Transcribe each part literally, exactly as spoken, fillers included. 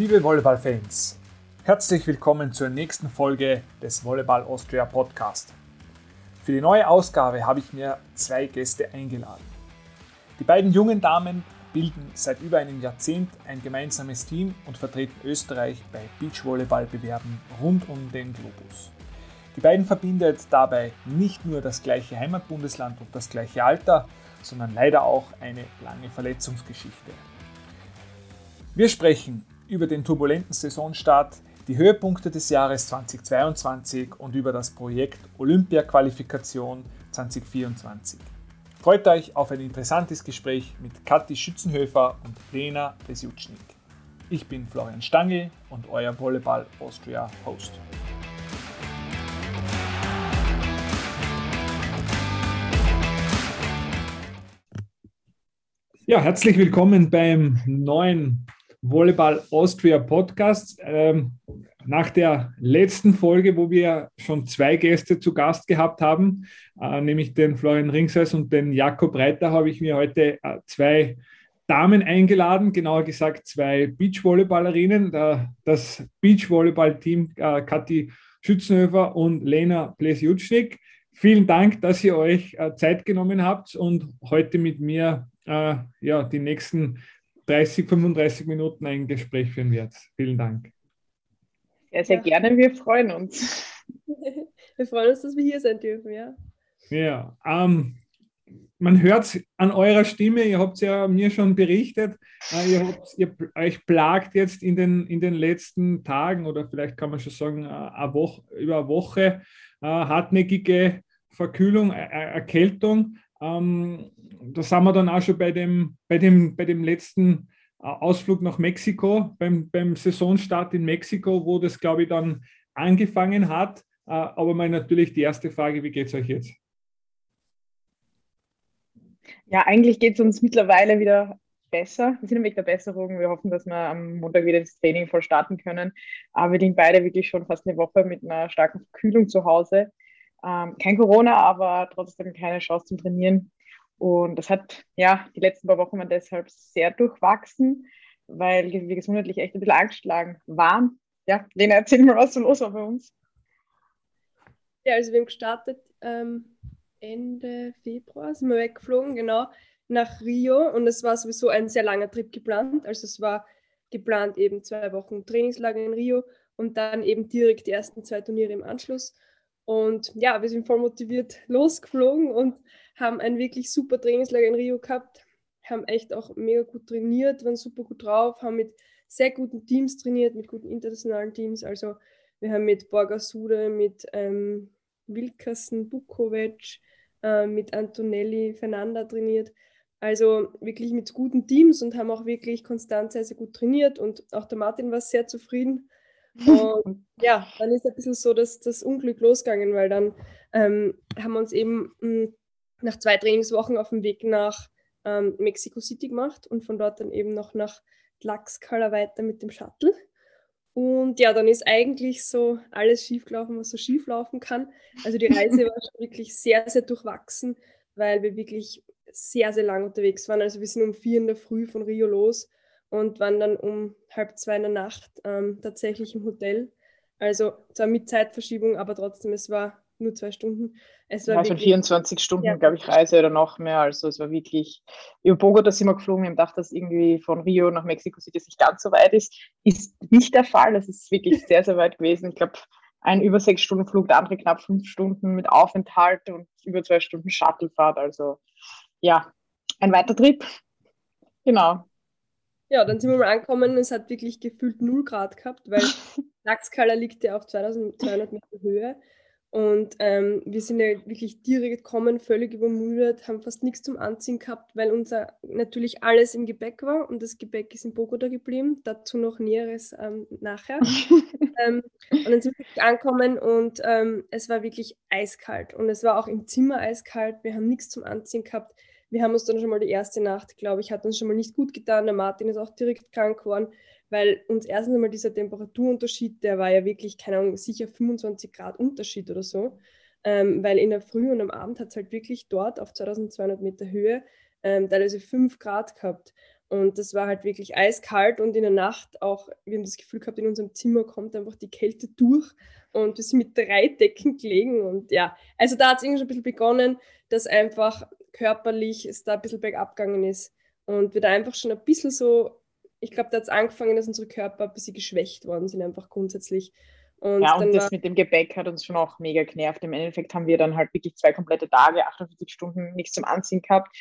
Liebe Volleyball-Fans, herzlich willkommen zur nächsten Folge des Volleyball Austria Podcast. Für die neue Ausgabe habe ich mir zwei Gäste eingeladen. Die beiden jungen Damen bilden seit über einem Jahrzehnt ein gemeinsames Team und vertreten Österreich bei Beachvolleyball-Bewerben rund um den Globus. Die beiden verbindet dabei nicht nur das gleiche Heimatbundesland und das gleiche Alter, sondern leider auch eine lange Verletzungsgeschichte. Wir sprechen über den turbulenten Saisonstart, die Höhepunkte des Jahres zweitausendzweiundzwanzig und über das Projekt Olympia-Qualifikation zweitausendvierundzwanzig. Freut euch auf ein interessantes Gespräch mit Kathi Schützenhöfer und Lena Plesiutschnik. Ich bin Florian Stangl und euer Volleyball Austria Host. Ja, herzlich willkommen beim neuen Volleyball Austria Podcast. Ähm, nach der letzten Folge, wo wir schon zwei Gäste zu Gast gehabt haben, äh, nämlich den Florian Ringseis und den Jakob Reiter, habe ich mir heute äh, zwei Damen eingeladen, genauer gesagt zwei Beachvolleyballerinnen, äh, das Beachvolleyball-Team äh, Kathi Schützenhöfer und Lena Plesiutschnik. Vielen Dank, dass ihr euch äh, Zeit genommen habt und heute mit mir äh, ja, die nächsten dreißig, fünfunddreißig Minuten ein Gespräch führen wird. Vielen Dank. Ja, sehr ja. gerne. Wir freuen uns. Wir freuen uns, dass wir hier sein dürfen, ja. Ja, ähm, man hört es an eurer Stimme, ihr habt es ja mir schon berichtet, äh, ihr, habt, ihr euch plagt jetzt in den, in den letzten Tagen oder vielleicht kann man schon sagen, äh, eine Woche, über eine Woche äh, hartnäckige Verkühlung, äh, Erkältung. Ähm, da sind wir dann auch schon bei dem, bei dem, bei dem letzten Ausflug nach Mexiko, beim, beim Saisonstart in Mexiko, wo das, glaube ich, dann angefangen hat. Aber mal natürlich die erste Frage, wie geht es euch jetzt? Ja, eigentlich geht es uns mittlerweile wieder besser. Wir sind im Weg der Besserung. Wir hoffen, dass wir am Montag wieder ins Training voll starten können. Aber wir liegen beide wirklich schon fast eine Woche mit einer starken Verkühlung zu Hause. Ähm, kein Corona, aber trotzdem keine Chance zum Trainieren. Und das hat, ja, die letzten paar Wochen waren deshalb sehr durchwachsen, weil wir gesundheitlich echt ein bisschen angeschlagen waren. Ja, Lena, erzähl mal, was so los war bei uns. Ja, also wir haben gestartet ähm, Ende Februar, sind wir weggeflogen, genau, nach Rio. Und es war sowieso ein sehr langer Trip geplant. Also es war geplant eben zwei Wochen Trainingslager in Rio und dann eben direkt die ersten zwei Turniere im Anschluss. Und ja, wir sind voll motiviert losgeflogen und haben ein wirklich super Trainingslager in Rio gehabt, haben echt auch mega gut trainiert, waren super gut drauf, haben mit sehr guten Teams trainiert, mit guten internationalen Teams. Also wir haben mit Borgasude, mit ähm, Wilkerson, Bukovic, äh, mit Antonelli, Fernanda trainiert. Also wirklich mit guten Teams und haben auch wirklich konstant sehr, sehr gut trainiert und auch der Martin war sehr zufrieden. Und ja, dann ist ein bisschen so dass das Unglück losgegangen, weil dann ähm, haben wir uns eben mh, nach zwei Trainingswochen auf dem Weg nach ähm, Mexico City gemacht und von dort dann eben noch nach Tlaxcala weiter mit dem Shuttle. Und ja, dann ist eigentlich so alles schiefgelaufen, was so schief laufen kann. Also die Reise war schon wirklich sehr, sehr durchwachsen, weil wir wirklich sehr, sehr lang unterwegs waren. Also wir sind um vier in der Früh von Rio los und waren dann um halb zwei in der Nacht ähm, tatsächlich im Hotel. Also zwar mit Zeitverschiebung, aber trotzdem, es war nur zwei Stunden. Es war ja, schon vierundzwanzig Stunden, ja, glaube ich, Reise oder noch mehr. Also es war wirklich, über Bogota sind wir geflogen. Wir haben gedacht, dass irgendwie von Rio nach Mexico City nicht ganz so weit ist. Ist nicht der Fall. Das ist wirklich sehr, sehr weit gewesen. Ich glaube, ein über sechs Stunden Flug, der andere knapp fünf Stunden mit Aufenthalt und über zwei Stunden Shuttlefahrt. Also ja, ein weiter Trip. Genau. Ja, dann sind wir mal angekommen. Es hat wirklich gefühlt null Grad gehabt, weil Tlaxcala liegt ja auf zweitausendzweihundert Meter Höhe. Und ähm, wir sind ja wirklich direkt gekommen, völlig übermüdet, haben fast nichts zum Anziehen gehabt, weil unser natürlich alles im Gepäck war und das Gepäck ist in Bogota geblieben. Dazu noch Näheres ähm, nachher. ähm, und dann sind wir angekommen und ähm, es war wirklich eiskalt und es war auch im Zimmer eiskalt. Wir haben nichts zum Anziehen gehabt. Wir haben uns dann schon mal die erste Nacht, glaube ich, hat uns schon mal nicht gut getan. Der Martin ist auch direkt krank geworden, weil uns erstens einmal dieser Temperaturunterschied, der war ja wirklich, keine Ahnung, sicher fünfundzwanzig Grad Unterschied oder so, ähm, weil in der Früh und am Abend hat es halt wirklich dort auf zweitausendzweihundert Meter Höhe ähm, teilweise fünf Grad gehabt. Und das war halt wirklich eiskalt und in der Nacht auch, wir haben das Gefühl gehabt, in unserem Zimmer kommt einfach die Kälte durch und wir sind mit drei Decken gelegen und ja, also da hat es irgendwie schon ein bisschen begonnen, dass einfach körperlich es da ein bisschen bergab gegangen ist und wir da einfach schon ein bisschen so, ich glaube, da hat es angefangen, dass unsere Körper ein bisschen geschwächt worden sind, einfach grundsätzlich. Und Ja, und dann das war, mit dem Gepäck hat uns schon auch mega genervt. Im Endeffekt haben wir dann halt wirklich zwei komplette Tage, achtundvierzig Stunden nichts zum Anziehen gehabt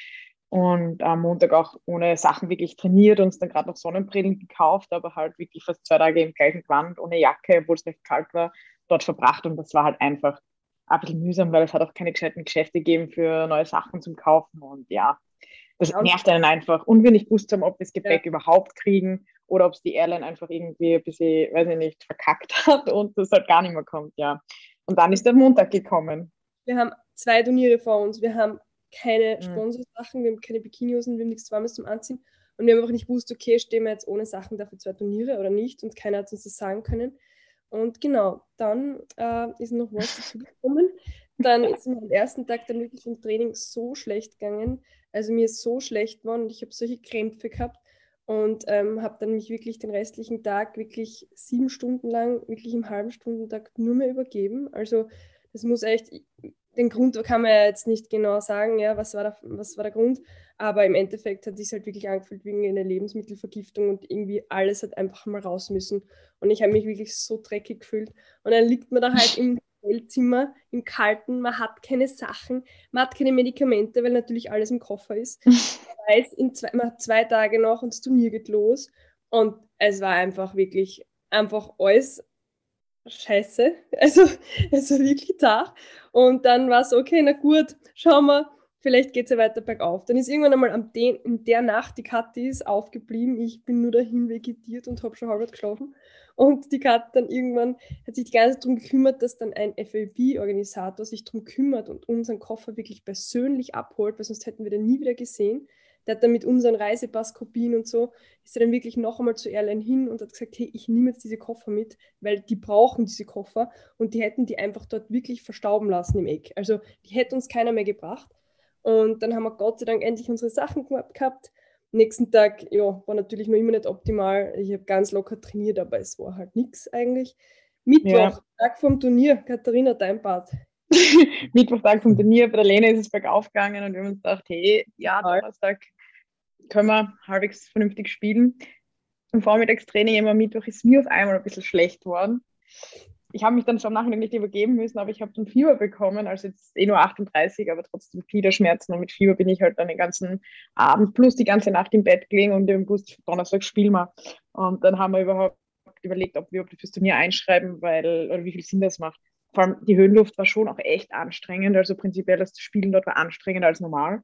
und am Montag auch ohne Sachen wirklich trainiert, uns dann gerade noch Sonnenbrillen gekauft, aber halt wirklich fast zwei Tage im gleichen Gewand, ohne Jacke, obwohl es recht kalt war, dort verbracht und das war halt einfach ein bisschen mühsam, weil es hat auch keine gescheiten Geschäfte gegeben für neue Sachen zum Kaufen und ja, das ja, und, nervt einen einfach und wir nicht gewusst haben, ob wir das Gepäck ja. überhaupt kriegen oder ob es die Airline einfach irgendwie ein bisschen, weiß ich nicht, verkackt hat und das halt gar nicht mehr kommt, ja. Und dann ist der Montag gekommen. Wir haben zwei Turniere vor uns, wir haben keine Mhm. Sponsorsachen, wir haben keine Bikinihosen, wir haben nichts Warmes zum Anziehen und wir haben einfach nicht gewusst, okay, stehen wir jetzt ohne Sachen dafür zwei Turniere oder nicht und keiner hat uns das sagen können. Und genau, dann äh, ist noch was dazu gekommen. Dann ist mir am ersten Tag dann wirklich im Training so schlecht gegangen, also mir ist so schlecht geworden und ich habe solche Krämpfe gehabt und ähm, habe dann mich wirklich den restlichen Tag wirklich sieben Stunden lang, wirklich im halben Stundentakt nur mehr übergeben. Also das muss echt, den Grund kann man ja jetzt nicht genau sagen, ja, was war der, was war der Grund, aber im Endeffekt hat es sich halt wirklich angefühlt wegen einer Lebensmittelvergiftung und irgendwie alles hat einfach mal raus müssen und ich habe mich wirklich so dreckig gefühlt und dann liegt man da halt im Hotelzimmer, im Kalten, man hat keine Sachen, man hat keine Medikamente, weil natürlich alles im Koffer ist. Man weiß, in zwei, man hat zwei Tage noch und das Turnier geht los und es war einfach wirklich, einfach alles scheiße, also, also wirklich da. Und dann war es so, okay, na gut, schauen wir, vielleicht geht es ja weiter bergauf. Dann ist irgendwann einmal am den, in der Nacht die Kathi ist aufgeblieben, ich bin nur dahin vegetiert und habe schon halb geschlafen. Und die Kathi dann irgendwann hat sich die ganze Zeit darum gekümmert, dass dann ein F L B-Organisator sich darum kümmert und unseren Koffer wirklich persönlich abholt, weil sonst hätten wir den nie wieder gesehen. Der hat dann mit unseren Reisepass-Kopien und so, ist er dann wirklich noch einmal zur Airline hin und hat gesagt, hey, ich nehme jetzt diese Koffer mit, weil die brauchen diese Koffer und die hätten die einfach dort wirklich verstauben lassen im Eck. Also die hätte uns keiner mehr gebracht. Und dann haben wir Gott sei Dank endlich unsere Sachen gehabt. Nächsten Tag, ja, war natürlich noch immer nicht optimal. Ich habe ganz locker trainiert, aber es war halt nichts eigentlich. Mittwoch, Ja. Tag vom Turnier, Katharina, dein Part. Mittwochtag vom Turnier, bei der Lene ist es bergauf gegangen und wir haben uns gedacht, hey, ja, Total. Donnerstag können wir halbwegs vernünftig spielen. Im Vormittagstraining immer Mittwoch ist mir auf einmal ein bisschen schlecht worden. Ich habe mich dann schon nachher nicht übergeben müssen, aber ich habe dann Fieber bekommen, also jetzt eh nur achtunddreißig, aber trotzdem Gliederschmerzen und mit Fieber bin ich halt dann den ganzen Abend plus die ganze Nacht im Bett gelegen und im Bus Donnerstag spielen wir. Und dann haben wir überhaupt überlegt, ob wir fürs Turnier einschreiben, weil, oder wie viel Sinn das macht. Vor allem die Höhenluft war schon auch echt anstrengend, also prinzipiell das Spielen dort war anstrengender als normal.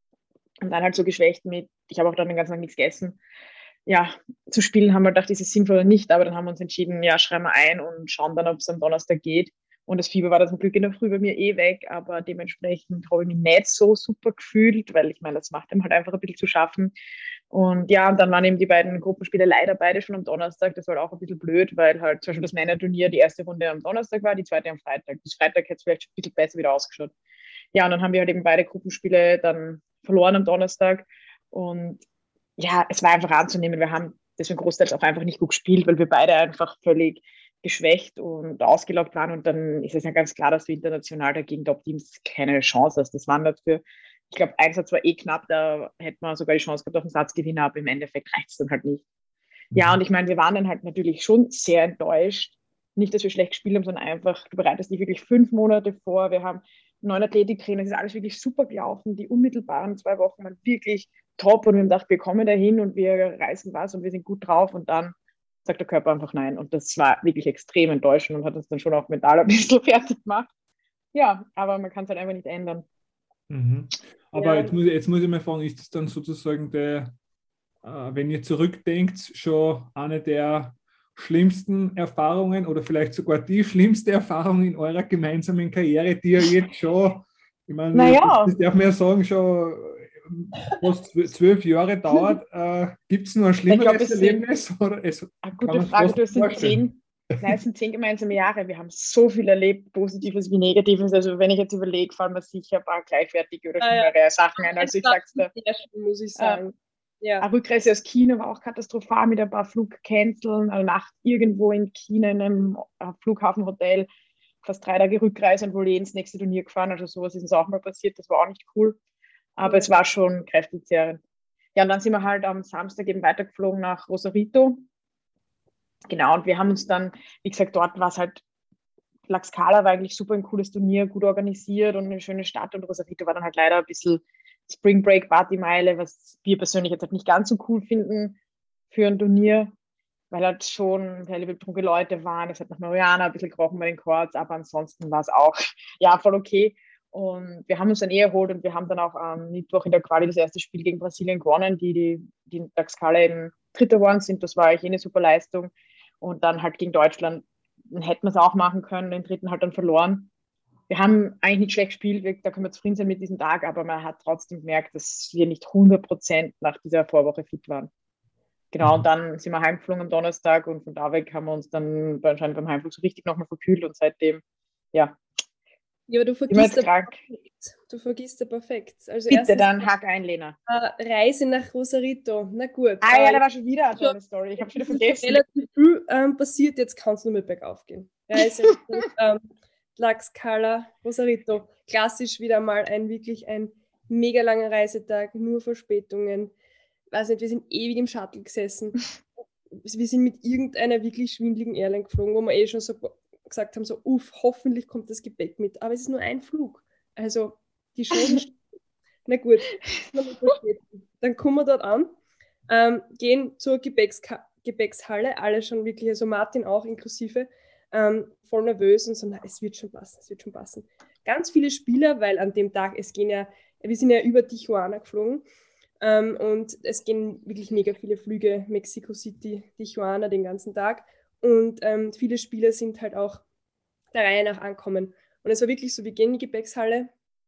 Und dann halt so geschwächt mit, ich habe auch dann den ganzen Tag nichts gegessen. Ja, zu spielen haben wir gedacht, ist es sinnvoll oder nicht, aber dann haben wir uns entschieden, ja, schreiben wir ein und schauen dann, ob es am Donnerstag geht. Und das Fieber war dann zum Glück in der Früh bei mir eh weg, aber dementsprechend habe ich mich nicht so super gefühlt, weil ich meine, das macht einem halt einfach ein bisschen zu schaffen. Und ja, und dann waren eben die beiden Gruppenspiele leider beide schon am Donnerstag. Das war halt auch ein bisschen blöd, weil halt zum Beispiel das Männerturnier die erste Runde am Donnerstag war, die zweite am Freitag. Bis Freitag hätte es vielleicht ein bisschen besser wieder ausgeschaut. Ja, und dann haben wir halt eben beide Gruppenspiele dann verloren am Donnerstag. Und ja, es war einfach anzunehmen. Wir haben deswegen großteils auch einfach nicht gut gespielt, weil wir beide einfach völlig geschwächt und ausgelaugt waren. Und dann ist es ja ganz klar, dass du international dagegen Top-Teams keine Chance hast. Das waren dafür, ich glaube, ein Satz war eh knapp, da hätte man sogar die Chance gehabt auf einen Satzgewinner, aber im Endeffekt reicht es dann halt nicht. Ja, und ich meine, wir waren dann halt natürlich schon sehr enttäuscht. Nicht, dass wir schlecht gespielt haben, sondern einfach, du bereitest dich wirklich fünf Monate vor. Wir haben neun Athletiktrainer, es ist alles wirklich super gelaufen. Die unmittelbaren zwei Wochen waren wirklich top und wir haben gedacht, wir kommen dahin und wir reißen was und wir sind gut drauf und dann sagt der Körper einfach nein. Und das war wirklich extrem enttäuschend und hat uns dann schon auch mental ein bisschen fertig gemacht. Ja, aber man kann es halt einfach nicht ändern. Mhm. Aber Ja. jetzt, muss, jetzt muss ich mal fragen, ist das dann sozusagen der, äh, wenn ihr zurückdenkt, schon eine der schlimmsten Erfahrungen oder vielleicht sogar die schlimmste Erfahrung in eurer gemeinsamen Karriere, die ihr jetzt schon, ich meine, Naja. das darf man ja sagen, schon fast zwölf Jahre dauert. Äh, Gibt es noch ein schlimmeres glaub, es sind- Erlebnis? Oder es, Eine kann gute man's Frage, fast du hast vorstellen? zehn, nein, es sind zehn gemeinsame Jahre. Wir haben so viel erlebt, Positives wie Negatives. Also wenn ich jetzt überlege, fallen mir sicher ein paar gleichwertige oder Ah, ja. schlimmere Sachen ein. Also ich Das war sag's dir. sehr schön, muss ich Äh, sagen. Ja. Eine Rückreise aus China war auch katastrophal mit ein paar Flugcanceln, eine Nacht irgendwo in China in einem äh, Flughafenhotel, fast drei Tage Rückreise und wohl eh ins nächste Turnier gefahren. Also sowas ist uns auch mal passiert, das war auch nicht cool. Aber Ja. es war schon kräftezehrend. Ja, und dann sind wir halt am Samstag eben weitergeflogen nach Rosarito. Genau, und wir haben uns dann, wie gesagt, dort war es halt, Tlaxcala war eigentlich super ein cooles Turnier, gut organisiert und eine schöne Stadt, und Rosarito war dann halt leider ein bisschen Spring Break Partymeile, was wir persönlich jetzt halt nicht ganz so cool finden für ein Turnier, weil halt schon viele betrunken Leute waren. Es hat nach Mariana ein bisschen gerochen bei den Chords, aber ansonsten war es auch ja voll okay. Und wir haben uns dann eh erholt und wir haben dann auch am Mittwoch in der Quali das erste Spiel gegen Brasilien gewonnen, die, die, die in Tlaxcala eben Dritter geworden sind. Das war eigentlich eh eine super Leistung. Und dann halt gegen Deutschland hätten wir es auch machen können, den dritten halt dann verloren. Wir haben eigentlich nicht schlecht gespielt, da können wir zufrieden sein mit diesem Tag, aber man hat trotzdem gemerkt, dass wir nicht hundert Prozent nach dieser Vorwoche fit waren. Genau, und dann sind wir heimgeflogen am Donnerstag und von da weg haben wir uns dann anscheinend beim Heimflug so richtig nochmal verkühlt und seitdem, ja, Ja, aber du sind wir jetzt vergisst ja krank. perfekt. Du vergisst ja perfekt. Also Bitte, erstens dann hack ein, Lena. äh, Reise nach Rosarito. Na gut. Ah ja, äh, da war schon wieder eine tolle Story. Ich habe schon wieder vergessen. relativ viel ähm, passiert, jetzt kann es nur mit bergauf gehen. Reise ähm, Tlaxcala, Rosarito. Klassisch wieder mal ein wirklich ein mega langer Reisetag, nur Verspätungen. Weiß nicht, wir sind ewig im Shuttle gesessen. Wir sind mit irgendeiner wirklich schwindeligen Airline geflogen, wo wir eh schon so gesagt haben, so uff, hoffentlich kommt das Gepäck mit. Aber es ist nur ein Flug. Also die Chance. Na gut, dann kommen wir dort an, ähm, gehen zur Gepäckska- Gepäckshalle, alle schon wirklich, also Martin auch inklusive, ähm, voll nervös und so, na, es wird schon passen, es wird schon passen. Ganz viele Spieler, weil an dem Tag, es gehen ja, wir sind ja über Tijuana geflogen, ähm, und es gehen wirklich mega viele Flüge, Mexico City, Tijuana den ganzen Tag, und ähm, viele Spieler sind halt auch der Reihe nach ankommen. Und es war wirklich so, wir gehen in die Gepäckshalle,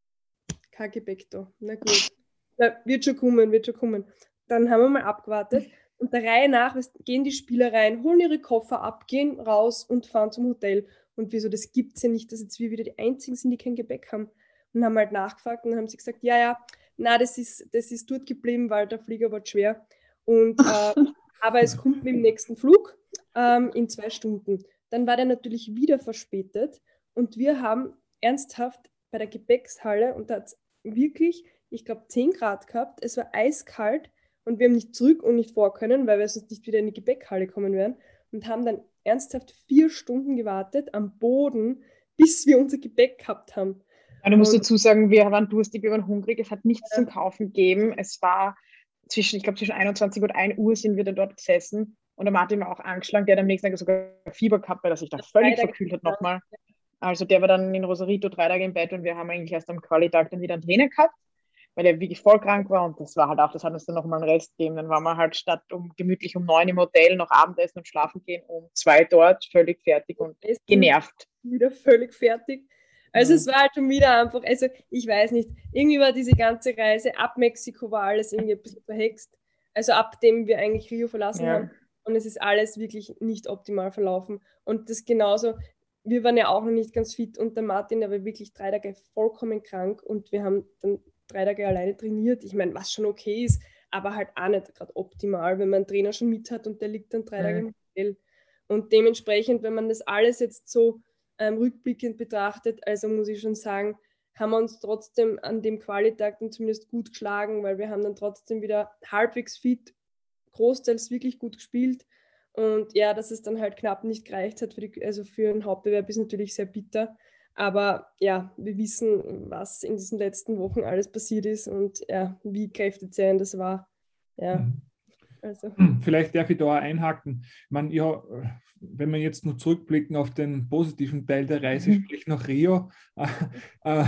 kein Gepäck da, na gut. Na, wird schon kommen, wird schon kommen. Dann haben wir mal abgewartet und der Reihe nach gehen die Spieler rein, holen ihre Koffer ab, gehen raus und fahren zum Hotel. Und wieso, das gibt es ja nicht, dass jetzt wir wieder die Einzigen sind, die kein Gepäck haben. Und haben halt nachgefragt und dann haben sie gesagt, ja, ja, na, das ist, das ist dort geblieben, weil der Flieger war schwer. Und, äh, aber es kommt mit dem nächsten Flug ähm, in zwei Stunden. Dann war der natürlich wieder verspätet und wir haben ernsthaft bei der Gepäckshalle, und da hat es wirklich, ich glaube, zehn Grad gehabt, es war eiskalt und wir haben nicht zurück und nicht vor können, weil wir sonst nicht wieder in die Gepäckhalle kommen wären, und haben dann ernsthaft vier Stunden gewartet am Boden, bis wir unser Gepäck gehabt haben. Ja, du musst Und- dazu sagen, wir waren durstig, wir waren hungrig, es hat nichts Ja. zum Kaufen gegeben. Es war zwischen, ich glaube, zwischen einundzwanzig und ein Uhr sind wir dann dort gesessen und der Martin war auch angeschlagen, der hat am nächsten Tag sogar Fieber gehabt, weil er sich da völlig Drei Tage verkühlt hat lang. nochmal. Also der war dann in Rosarito drei Tage im Bett und wir haben eigentlich erst am Quali-Tag dann wieder ein Training gehabt, weil er wirklich voll krank war, und das war halt auch, das hat uns dann nochmal einen Rest gegeben. Dann waren wir halt statt um gemütlich um neun im Hotel noch Abendessen und schlafen gehen, um zwei dort, völlig fertig und genervt. Wieder völlig fertig. Also Mhm. es war halt schon wieder einfach, also ich weiß nicht, irgendwie war diese ganze Reise ab Mexiko war alles irgendwie ein bisschen verhext. Also ab dem wir eigentlich Rio verlassen Ja. haben, und es ist alles wirklich nicht optimal verlaufen. Und das genauso, wir waren ja auch noch nicht ganz fit und der Martin, der war wirklich drei Tage vollkommen krank und wir haben dann drei Tage alleine trainiert. Ich meine, was schon okay ist, aber halt auch nicht gerade optimal, wenn man einen Trainer schon mit hat und der liegt dann drei Mhm. Tage im Hotel. Und dementsprechend, wenn man das alles jetzt so ähm, rückblickend betrachtet, also muss ich schon sagen, haben wir uns trotzdem an dem Qualitag dann zumindest gut geschlagen, weil wir haben dann trotzdem wieder halbwegs fit, großteils wirklich gut gespielt. Und ja, dass es dann halt knapp nicht gereicht hat für, die, also für einen Hauptbewerb, ist natürlich sehr bitter. Aber ja, wir wissen, was in diesen letzten Wochen alles passiert ist und ja, wie kräftezehrend das war. Ja, Mhm. also. Vielleicht darf ich da auch einhaken. Ich meine, ja, wenn wir jetzt nur zurückblicken auf den positiven Teil der Reise, Mhm. sprich nach Rio, äh, äh,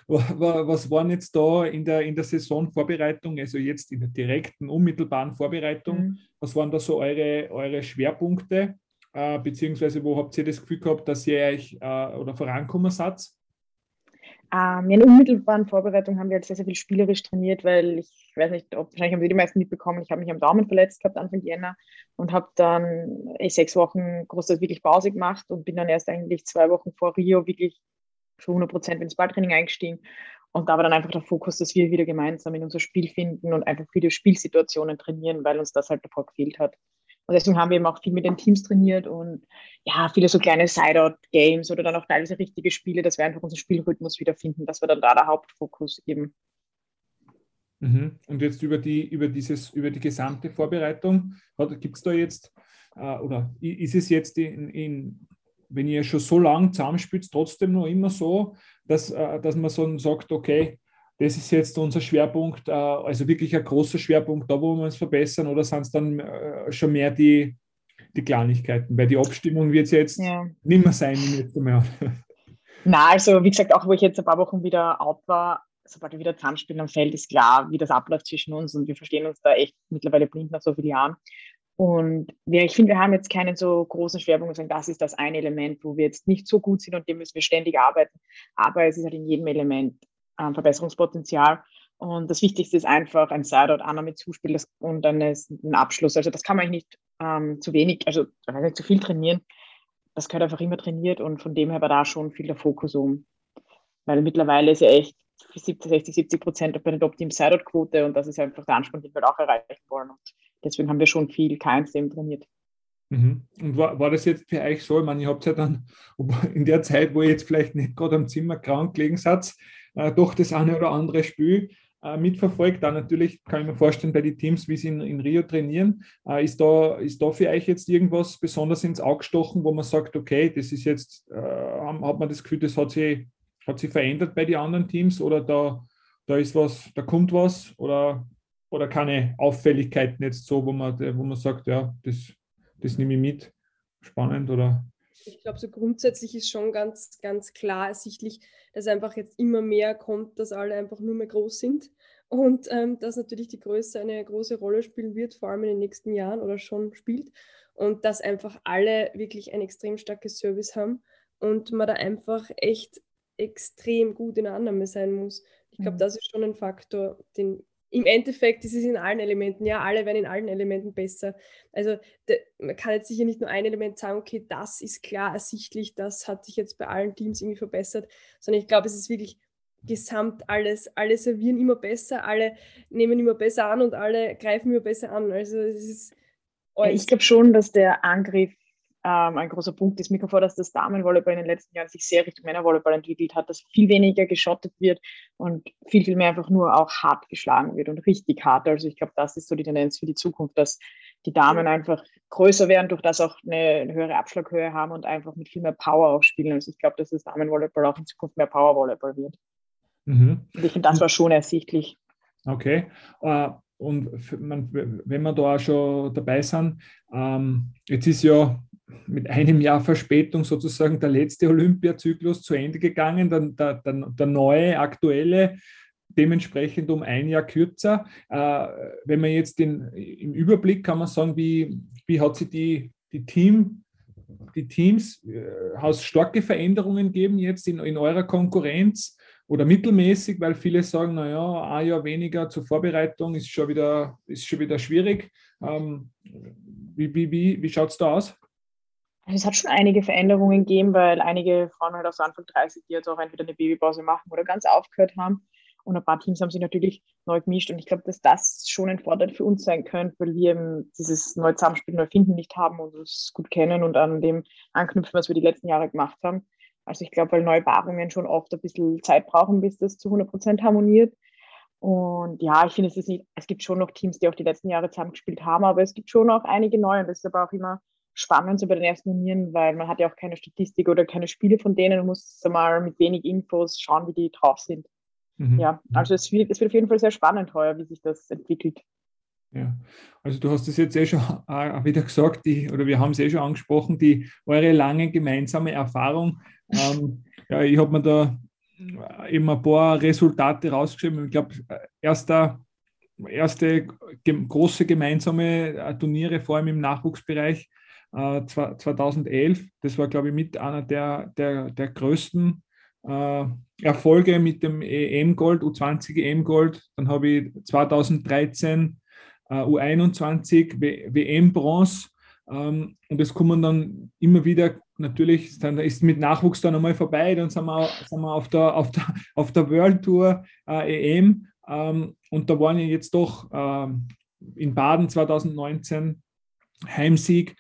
was waren jetzt da in der, in der Saisonvorbereitung, also jetzt in der direkten, unmittelbaren Vorbereitung, Mhm. was waren da so eure, eure Schwerpunkte, äh, beziehungsweise wo habt ihr das Gefühl gehabt, dass ihr euch äh, oder vorankommen seid? Ähm, in der unmittelbaren Vorbereitung haben wir halt sehr, sehr viel spielerisch trainiert, weil ich weiß nicht, ob wahrscheinlich haben Sie die meisten mitbekommen, ich habe mich am Daumen verletzt gehabt Anfang Jänner und habe dann eh sechs Wochen großteils wirklich Pause gemacht und bin dann erst eigentlich zwei Wochen vor Rio wirklich für hundert Prozent ins Balltraining eingestiegen. Und da war dann einfach der Fokus, dass wir wieder gemeinsam in unser Spiel finden und einfach viele Spielsituationen trainieren, weil uns das halt davor gefehlt hat. Und deswegen haben wir eben auch viel mit den Teams trainiert und ja, viele so kleine Side-Out-Games oder dann auch teilweise richtige Spiele, dass wir einfach unseren Spielrhythmus wiederfinden. Das war dann da der Hauptfokus eben. Mhm. Und jetzt über die, über dieses, über die gesamte Vorbereitung, gibt es da jetzt, äh, oder ist es jetzt in, in wenn ihr schon so lange zusammenspielt, trotzdem noch immer so, dass, äh, dass man so sagt, okay, das ist jetzt unser Schwerpunkt, äh, also wirklich ein großer Schwerpunkt, da wo wir uns verbessern, oder sind es dann äh, schon mehr die, die Kleinigkeiten? Weil die Abstimmung wird es jetzt Ja. nicht mehr sein im letzten Jahr. Na, also wie gesagt, auch wo ich jetzt ein paar Wochen wieder out war, sobald wir wieder zusammenspielen am Feld, ist klar, wie das abläuft zwischen uns und wir verstehen uns da echt mittlerweile blind nach so vielen Jahren. Und wir, ich finde, wir haben jetzt keinen so großen Schwerpunkt und sagen, das ist das eine Element, wo wir jetzt nicht so gut sind und dem müssen wir ständig arbeiten. Aber es ist halt in jedem Element ähm, Verbesserungspotenzial. Und das Wichtigste ist einfach ein Sideout, Annahme, Zuspiel das, und dann ist ein Abschluss. Also das kann man eigentlich nicht ähm, zu wenig, also nicht zu viel trainieren. Das gehört einfach immer trainiert und von dem her war da schon viel der Fokus um. Weil mittlerweile ist ja echt siebzig, sechzig, siebzig Prozent bei den Top-Teams Sideout-Quote und das ist einfach der Anspruch, den wir auch erreichen wollen. Und deswegen haben wir schon viel K eins eben trainiert. Mhm. Und war, war das jetzt für euch so? Ich meine, ihr habt ja dann in der Zeit, wo ihr jetzt vielleicht nicht gerade am Zimmer krank gelegen seid, äh, doch das eine oder andere Spiel äh, mitverfolgt. Dann natürlich kann ich mir vorstellen, bei den Teams, wie sie in, in Rio trainieren, äh, ist, da, ist da für euch jetzt irgendwas besonders ins Auge gestochen, wo man sagt, okay, das ist jetzt, äh, hat man das Gefühl, das hat sich, hat sich verändert bei den anderen Teams oder da, da ist was, da kommt was oder, oder keine Auffälligkeiten jetzt so, wo man, wo man sagt, ja, das Das nehme ich mit. Spannend, oder? Ich glaube, so grundsätzlich ist schon ganz, ganz klar ersichtlich, dass einfach jetzt immer mehr kommt, dass alle einfach nur mehr groß sind und ähm, dass natürlich die Größe eine große Rolle spielen wird, vor allem in den nächsten Jahren oder schon spielt und dass einfach alle wirklich ein extrem starkes Service haben und man da einfach echt extrem gut in der Annahme sein muss. Ich glaube, das ist schon ein Faktor, den im Endeffekt ist es in allen Elementen, ja, alle werden in allen Elementen besser. Also de, man kann jetzt sicher nicht nur ein Element sagen, okay, das ist klar ersichtlich, das hat sich jetzt bei allen Teams irgendwie verbessert, sondern ich glaube, es ist wirklich gesamt alles. Alle servieren immer besser, alle nehmen immer besser an und alle greifen immer besser an. Also es ist ja, ich glaube schon, dass der Angriff ähm, ein großer Punkt ist. Mir kommt vor, dass das Damenvolleyball in den letzten Jahren sich sehr Richtung Männervolleyball entwickelt hat, dass viel weniger geschottet wird und viel, viel mehr einfach nur auch hart geschlagen wird und richtig hart. Also ich glaube, das ist so die Tendenz für die Zukunft, dass die Damen einfach größer werden, durch das auch eine, eine höhere Abschlaghöhe haben und einfach mit viel mehr Power auch spielen. Also ich glaube, dass das Damenvolleyball auch in Zukunft mehr Powervolleyball wird. Mhm. Und ich finde, das war schon ersichtlich. Okay. Uh, und man, wenn wir da auch schon dabei sind, ähm, jetzt ist ja mit einem Jahr Verspätung sozusagen der letzte Olympiazyklus zu Ende gegangen, dann der, der, der neue, aktuelle, dementsprechend um ein Jahr kürzer. Äh, wenn man jetzt den, im Überblick kann man sagen, wie, wie hat sich die, die, Team, die Teams, äh, hat es starke Veränderungen gegeben jetzt in, in eurer Konkurrenz oder mittelmäßig, weil viele sagen, naja, ein Jahr weniger zur Vorbereitung ist schon wieder, ist schon wieder schwierig. Ähm, wie wie, wie, wie schaut es da aus? Es hat schon einige Veränderungen gegeben, weil einige Frauen halt aus Anfang dreißig, die jetzt auch entweder eine Babypause machen oder ganz aufgehört haben. Und ein paar Teams haben sich natürlich neu gemischt. Und ich glaube, dass das schon ein Vorteil für uns sein könnte, weil wir eben dieses neue Zusammenspiel, neu finden nicht haben und uns gut kennen und an dem anknüpfen, was wir die letzten Jahre gemacht haben. Also ich glaube, weil neue Paarungen schon oft ein bisschen Zeit brauchen, bis das zu hundert Prozent harmoniert. Und ja, ich finde, es ist nicht, es gibt schon noch Teams, die auch die letzten Jahre zusammengespielt haben, aber es gibt schon auch einige neue. Und das ist aber auch immer spannend so bei den ersten Turnieren, weil man hat ja auch keine Statistik oder keine Spiele von denen und muss mal mit wenig Infos schauen, wie die drauf sind. Mhm. Ja, also es wird, es wird auf jeden Fall sehr spannend heuer, wie sich das entwickelt. Ja, also du hast es jetzt eh schon auch wieder gesagt, die, oder wir haben es eh schon angesprochen, die eure lange gemeinsame Erfahrung. Ähm, ja, ich habe mir da eben ein paar Resultate rausgeschrieben. Ich glaube, erster, erste ge- große gemeinsame Turniere, vor allem im Nachwuchsbereich, äh, zweitausendelf. Das war, glaube ich, mit einer der, der, der größten äh, Erfolge mit dem E M-Gold, U zwanzig E M-Gold. Dann habe ich zweitausenddreizehn U einundzwanzig W M-Bronze, ähm, und es kommen dann immer wieder natürlich, dann ist mit Nachwuchs dann einmal vorbei, dann sind wir, sind wir auf, der, auf, der, auf der World Tour äh, E M ähm, und da waren ja jetzt doch ähm, in Baden zwanzig neunzehn Heimsieg,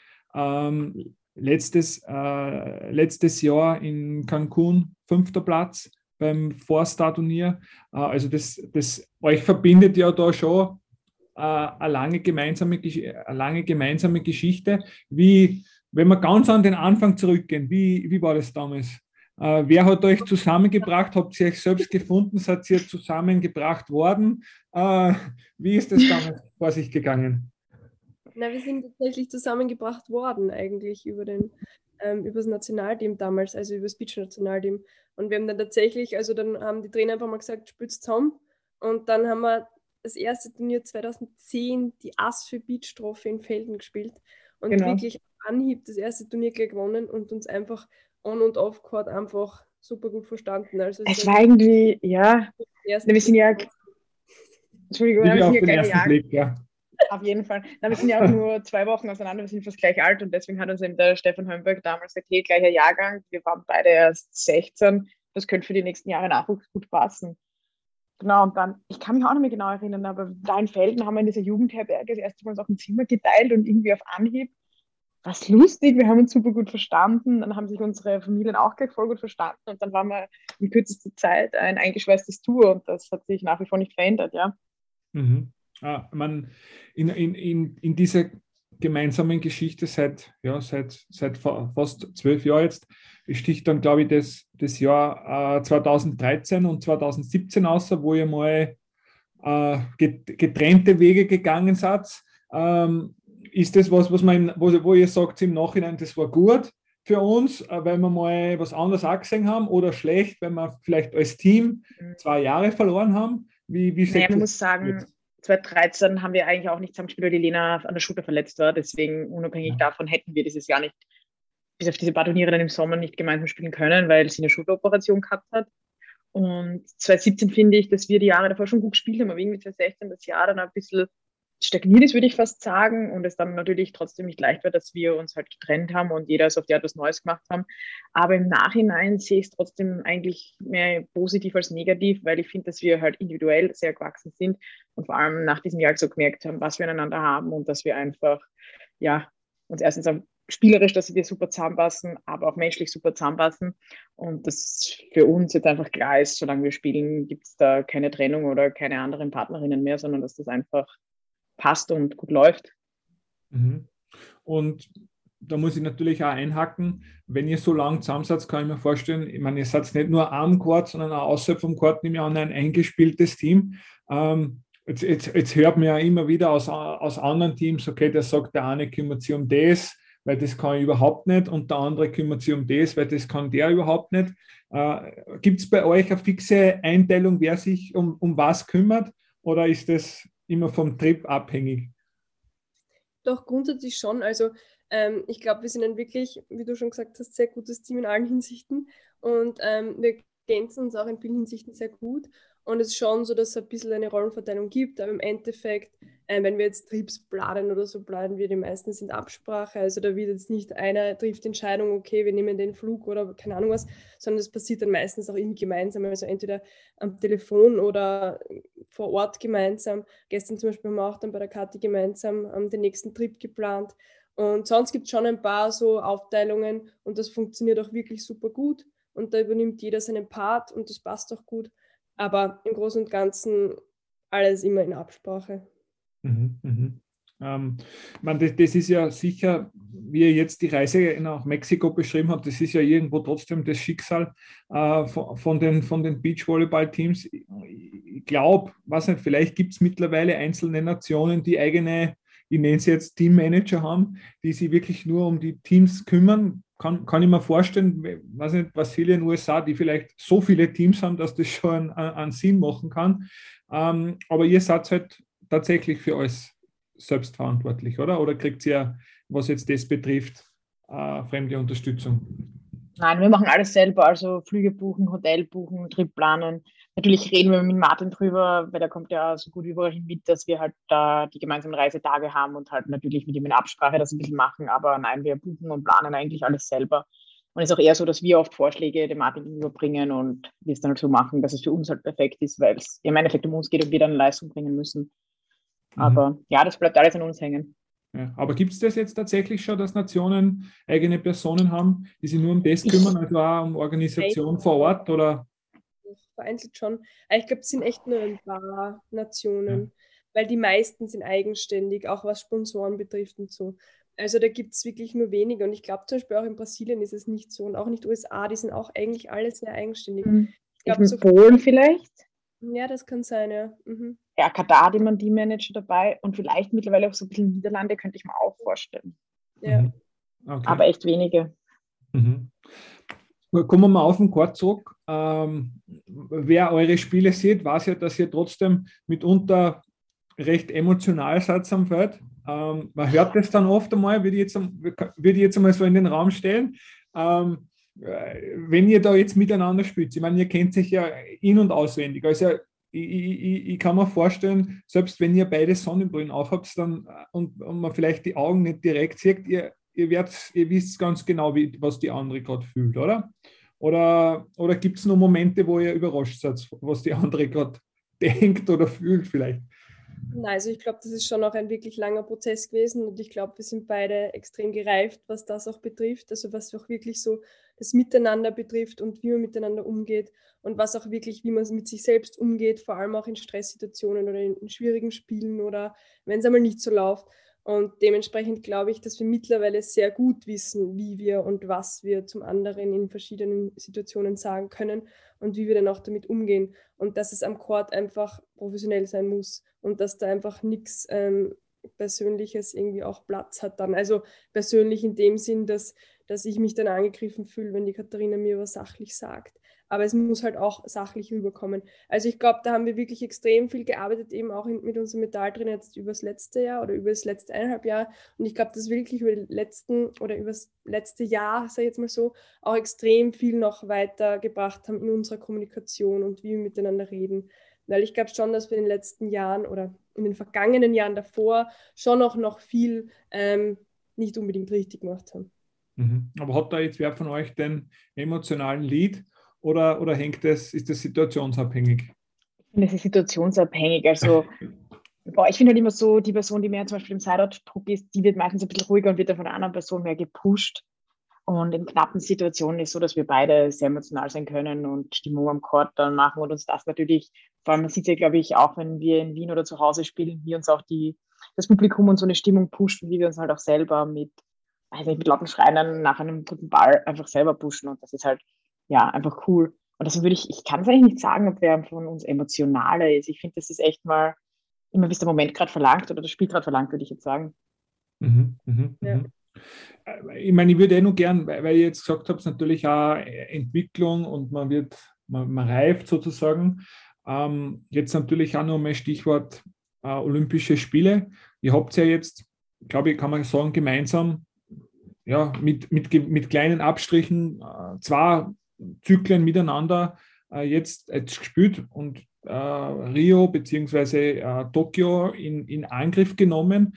ähm, letztes, äh, letztes Jahr in Cancun fünfter Platz beim Four-Star-Turnier. Äh, also das, das euch verbindet ja da schon äh, eine, lange gemeinsame, eine lange gemeinsame Geschichte. Wie, wenn wir ganz an den Anfang zurückgehen, wie, wie war das damals? Äh, wer hat euch zusammengebracht? Habt ihr euch selbst gefunden? Seid ihr zusammengebracht worden? Äh, wie ist das damals vor sich gegangen? Na, wir sind tatsächlich zusammengebracht worden eigentlich über den, ähm, über das Nationalteam damals, also über das Beach-Nationalteam. Und wir haben dann tatsächlich, also dann haben die Trainer einfach mal gesagt, spielt's zusammen. Und dann haben wir das erste Turnier zwanzig zehn, die Ass für Beach-Trophy in Felden gespielt. Und Genau. wirklich am Anhieb das erste Turnier gleich gewonnen und uns einfach on- und off-court einfach super gut verstanden. Also Es war irgendwie, ja, das wir sind ja, Entschuldigung, wir Wie auf sind ja den gleiche ersten Jahre. Blick, ja. Auf jeden Fall. Na, wir sind ja auch nur zwei Wochen auseinander, wir sind fast gleich alt und deswegen hat uns eben der Stefan Hömberg damals gesagt, hey, gleicher Jahrgang, wir waren beide erst sechzehn, das könnte für die nächsten Jahre Nachwuchs gut passen. Genau, und dann, ich kann mich auch nicht mehr genau erinnern, aber da in Felden haben wir in dieser Jugendherberge das erste Mal auch ein Zimmer geteilt und irgendwie auf Anhieb war es lustig, wir haben uns super gut verstanden, dann haben sich unsere Familien auch gleich voll gut verstanden und dann waren wir in kürzester Zeit ein eingeschweißtes Tour und das hat sich nach wie vor nicht verändert, ja. Mhm. Ah, man, in, in, in, in dieser gemeinsamen Geschichte seit, ja, seit, seit fast zwölf Jahren jetzt sticht dann, glaube ich, das, das Jahr äh, zwanzig dreizehn und zwanzig siebzehn aus, wo ihr mal äh, getrennte Wege gegangen seid. Ähm, ist das was, was man, wo, wo ihr sagt im Nachhinein, das war gut für uns, äh, weil wir mal was anderes auch gesehen haben oder schlecht, weil wir vielleicht als Team zwei Jahre verloren haben? Wie, wie naja, man muss sagen, zwanzig dreizehn haben wir eigentlich auch nicht zusammengespielt, weil die Lena an der Schulter verletzt war. Deswegen, unabhängig ja. davon, hätten wir dieses Jahr nicht, bis auf diese paar Turniere dann im Sommer nicht gemeinsam spielen können, weil sie eine Schulteroperation gehabt hat. Und zwanzig siebzehn finde ich, dass wir die Jahre davor schon gut gespielt haben, aber irgendwie zwanzig sechzehn das Jahr dann ein bisschen stagniert ist, würde ich fast sagen. Und es dann natürlich trotzdem nicht leicht war, dass wir uns halt getrennt haben und jeder so auf die Art was Neues gemacht haben. Aber im Nachhinein sehe ich es trotzdem eigentlich mehr positiv als negativ, weil ich finde, dass wir halt individuell sehr gewachsen sind und vor allem nach diesem Jahr so gemerkt haben, was wir aneinander haben und dass wir einfach, ja, uns erstens auch spielerisch, dass wir super zusammenpassen, aber auch menschlich super zusammenpassen. Und das für uns jetzt einfach klar ist, solange wir spielen, gibt es da keine Trennung oder keine anderen Partnerinnen mehr, sondern dass das einfach passt und gut läuft. Und da muss ich natürlich auch einhaken, wenn ihr so lange zusammen seid, kann ich mir vorstellen, ich meine, ihr seid nicht nur am Court, sondern auch außerhalb vom Court, nehme ich an, ein eingespieltes Team. Ähm, jetzt, jetzt, jetzt hört man ja immer wieder aus, aus anderen Teams, okay, der sagt, der eine kümmert sich um das, weil das kann ich überhaupt nicht, und der andere kümmert sich um das, weil das kann der überhaupt nicht. Äh, Gibt es bei euch eine fixe Einteilung, wer sich um, um was kümmert, oder ist das immer vom Trip abhängig? Doch, grundsätzlich schon. Also ähm, ich glaube, wir sind ein wirklich, wie du schon gesagt hast, sehr gutes Team in allen Hinsichten und ähm, wir ergänzen uns auch in vielen Hinsichten sehr gut. Und es ist schon so, dass es ein bisschen eine Rollenverteilung gibt, aber im Endeffekt, äh, wenn wir jetzt Trips planen oder so, planen wir die meisten in Absprache. Also da wird jetzt nicht einer trifft die Entscheidung, okay, wir nehmen den Flug oder keine Ahnung was, sondern das passiert dann meistens auch irgendwie gemeinsam, also entweder am Telefon oder vor Ort gemeinsam. Gestern zum Beispiel haben wir auch dann bei der Kathi gemeinsam ähm, den nächsten Trip geplant. Und sonst gibt es schon ein paar so Aufteilungen und das funktioniert auch wirklich super gut. Und da übernimmt jeder seinen Part und das passt auch gut. Aber im Großen und Ganzen alles immer in Absprache. Mhm, mhm. Ähm, man, das, das ist ja sicher, wie ihr jetzt die Reise nach Mexiko beschrieben habt, das ist ja irgendwo trotzdem das Schicksal äh, von, von den, von den Beachvolleyball-Teams. Ich, ich glaube, weiß nicht, vielleicht gibt es mittlerweile einzelne Nationen, die eigene, ich nenne es jetzt Teammanager haben, die sich wirklich nur um die Teams kümmern. Kann, kann ich mir vorstellen, weiß nicht, Brasilien, U S A, die vielleicht so viele Teams haben, dass das schon einen, einen Sinn machen kann. Ähm, aber ihr seid halt tatsächlich für alles selbst verantwortlich, oder? Oder kriegt ihr, was jetzt das betrifft, äh, fremde Unterstützung? Nein, wir machen alles selber, also Flüge buchen, Hotel buchen, Trip planen. Natürlich reden wir mit Martin drüber, weil der kommt ja so gut überall hin mit, dass wir halt da die gemeinsamen Reisetage haben und halt natürlich mit ihm in Absprache das ein bisschen machen. Aber nein, wir buchen und planen eigentlich alles selber. Und es ist auch eher so, dass wir oft Vorschläge dem Martin überbringen und wir es dann halt so machen, dass es für uns halt perfekt ist, weil es im Endeffekt um uns geht und wir dann Leistung bringen müssen. Aber mhm. ja, das bleibt alles an uns hängen. Ja, aber gibt es das jetzt tatsächlich schon, dass Nationen eigene Personen haben, die sich nur um das kümmern, also auch um Organisation vor Ort? Oder? Vereinzelt schon. Aber ich glaube, es sind echt nur ein paar Nationen, ja. Weil die meisten sind eigenständig, auch was Sponsoren betrifft und so. Also da gibt es wirklich nur wenige. Und ich glaube zum Beispiel auch in Brasilien ist es nicht so und auch nicht U S A, die sind auch eigentlich alle sehr eigenständig. Mhm. Ich glaube, so Polen vielleicht? Ja, das kann sein, ja. Mhm. Ja, Katar, die man die Manager dabei und vielleicht mittlerweile auch so ein bisschen Niederlande, könnte ich mir auch vorstellen. Ja. Mhm. Okay. Aber echt wenige. Mhm. Kommen wir mal auf den Court zurück. Ähm, wer eure Spiele sieht, weiß ja, dass ihr trotzdem mitunter recht emotional seid am Feld. Ähm, man hört das dann oft einmal, würde ich jetzt, würde ich jetzt einmal so in den Raum stellen. Ähm, wenn ihr da jetzt miteinander spielt, ich meine, ihr kennt sich ja in- und auswendig. Also ich, ich, ich kann mir vorstellen, selbst wenn ihr beide Sonnenbrillen aufhabt dann, und, und man vielleicht die Augen nicht direkt sieht, ihr, ihr, werdet, ihr wisst ganz genau, wie, was die andere gerade fühlt, oder? Oder, oder gibt es noch Momente, wo ihr überrascht seid, was die andere gerade denkt oder fühlt vielleicht? Nein, also ich glaube, das ist schon auch ein wirklich langer Prozess gewesen und ich glaube, wir sind beide extrem gereift, was das auch betrifft, also was auch wirklich so das Miteinander betrifft und wie man miteinander umgeht und was auch wirklich, wie man mit sich selbst umgeht, vor allem auch in Stresssituationen oder in, in schwierigen Spielen oder wenn es einmal nicht so läuft. Und dementsprechend glaube ich, dass wir mittlerweile sehr gut wissen, wie wir und was wir zum anderen in verschiedenen Situationen sagen können und wie wir dann auch damit umgehen. Und dass es am Court einfach professionell sein muss und dass da einfach nichts ähm, Persönliches irgendwie auch Platz hat dann. Also persönlich in dem Sinn, dass, dass ich mich dann angegriffen fühle, wenn die Katharina mir was sachlich sagt. Aber es muss halt auch sachlich rüberkommen. Also ich glaube, da haben wir wirklich extrem viel gearbeitet, eben auch in, mit unserem Metalltrainer jetzt über das letzte Jahr oder über das letzte eineinhalb Jahr. Und ich glaube, dass wirklich über die letzten oder über das letzte Jahr, sage ich jetzt mal so, auch extrem viel noch weitergebracht haben in unserer Kommunikation und wie wir miteinander reden. Weil ich glaube schon, dass wir in den letzten Jahren oder in den vergangenen Jahren davor schon auch noch viel ähm, nicht unbedingt richtig gemacht haben. Mhm. Aber hat da jetzt wer von euch den emotionalen Lead oder, oder hängt das, ist das situationsabhängig? Ich finde, es ist situationsabhängig. Also, boah, ich finde halt immer so, die Person, die mehr zum Beispiel im Sideout-Druck ist, die wird meistens ein bisschen ruhiger und wird dann von einer anderen Person mehr gepusht. Und in knappen Situationen ist es so, dass wir beide sehr emotional sein können und Stimmung am Court dann machen und uns das natürlich, vor allem man sieht ja, glaube ich, auch wenn wir in Wien oder zu Hause spielen, wie uns auch die, das Publikum und so eine Stimmung pusht, wie wir uns halt auch selber mit, weiß nicht, mit lauten Schreien dann nach einem guten Ball einfach selber pushen und das ist halt, ja, einfach cool. Und deswegen würde ich, ich kann es eigentlich nicht sagen, ob wer von uns emotionaler ist. Ich finde, das ist echt mal, immer wie es der Moment gerade verlangt oder das Spiel gerade verlangt, würde ich jetzt sagen. Mhm, mhm, Ja. mhm. Ich meine, ich würde eh nur gern, weil, weil ihr jetzt gesagt habt, natürlich auch Entwicklung und man wird, man, man reift sozusagen. Ähm, jetzt natürlich auch noch mal Stichwort äh, Olympische Spiele. Ihr habt ja jetzt, glaube ich, kann man sagen, gemeinsam ja, mit, mit, mit kleinen Abstrichen äh, zwei Zyklen miteinander äh, jetzt, jetzt gespielt und äh, Rio bzw. Äh, Tokio in, in Angriff genommen.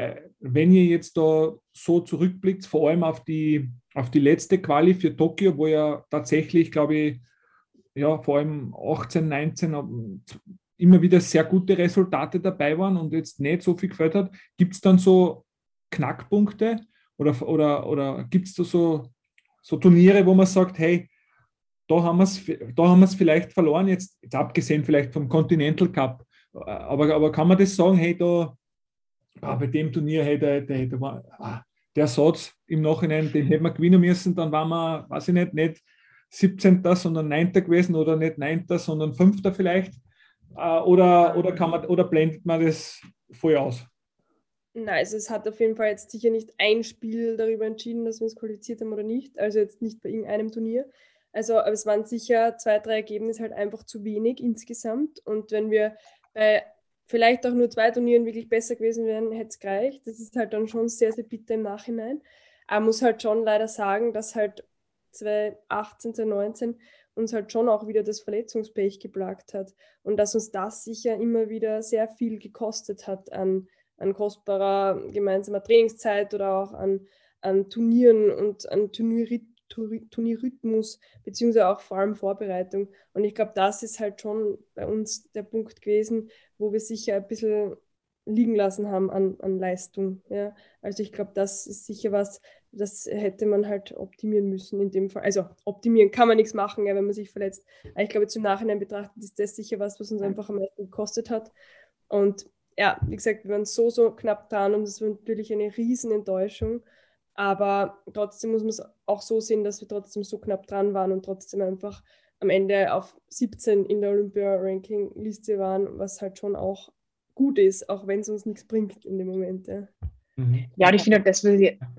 Wenn ihr jetzt da so zurückblickt, vor allem auf die, auf die letzte Quali für Tokio, wo ja tatsächlich, glaube ich, ja, vor allem achtzehn, neunzehn immer wieder sehr gute Resultate dabei waren und jetzt nicht so viel gefällt hat, gibt es dann so Knackpunkte oder, oder, oder gibt es da so, so Turniere, wo man sagt, hey, da haben wir es da haben wir es vielleicht verloren, jetzt, jetzt abgesehen vielleicht vom Continental Cup, aber, aber kann man das sagen, hey, da ah, bei dem Turnier, hey, der, der, der, war, ah, der Satz im Nachhinein, den hätten wir gewinnen müssen, dann waren wir, weiß ich nicht, nicht siebzehnter sondern neunter gewesen oder nicht neunter sondern fünfter vielleicht. Oder, oder, kann man, oder blendet man das voll aus? Nein, also es hat auf jeden Fall jetzt sicher nicht ein Spiel darüber entschieden, dass wir uns qualifiziert haben oder nicht. Also jetzt nicht bei irgendeinem Turnier. Also aber es waren sicher zwei, drei Ergebnisse halt einfach zu wenig insgesamt. Und wenn wir bei vielleicht auch nur zwei Turnieren wirklich besser gewesen wären, hätte es gereicht. Das ist halt dann schon sehr, sehr bitter im Nachhinein. Aber man muss halt schon leider sagen, dass halt zwanzig achtzehn, zwanzig neunzehn uns halt schon auch wieder das Verletzungspech geplagt hat. Und dass uns das sicher immer wieder sehr viel gekostet hat an an kostbarer gemeinsamer Trainingszeit oder auch an, an Turnieren und an Turnierrhythmus Turnierrhythmus, beziehungsweise auch vor allem Vorbereitung. Und ich glaube, das ist halt schon bei uns der Punkt gewesen, wo wir sicher ein bisschen liegen lassen haben an, an Leistung. Ja. Also ich glaube, das ist sicher was, das hätte man halt optimieren müssen in dem Fall. Also optimieren kann man nichts machen, ja, wenn man sich verletzt. Aber ich glaube, zum Nachhinein betrachtet ist das sicher was, was uns einfach am meisten gekostet hat. Und ja, wie gesagt, wir waren so, so knapp dran und das war natürlich eine riesen Enttäuschung. Aber trotzdem muss man es auch so sehen, dass wir trotzdem so knapp dran waren und trotzdem einfach am Ende auf siebzehn in der Olympia-Ranking-Liste waren, was halt schon auch gut ist, auch wenn es uns nichts bringt in dem Moment. Ja, mhm. Ja, und ich finde, das will ich,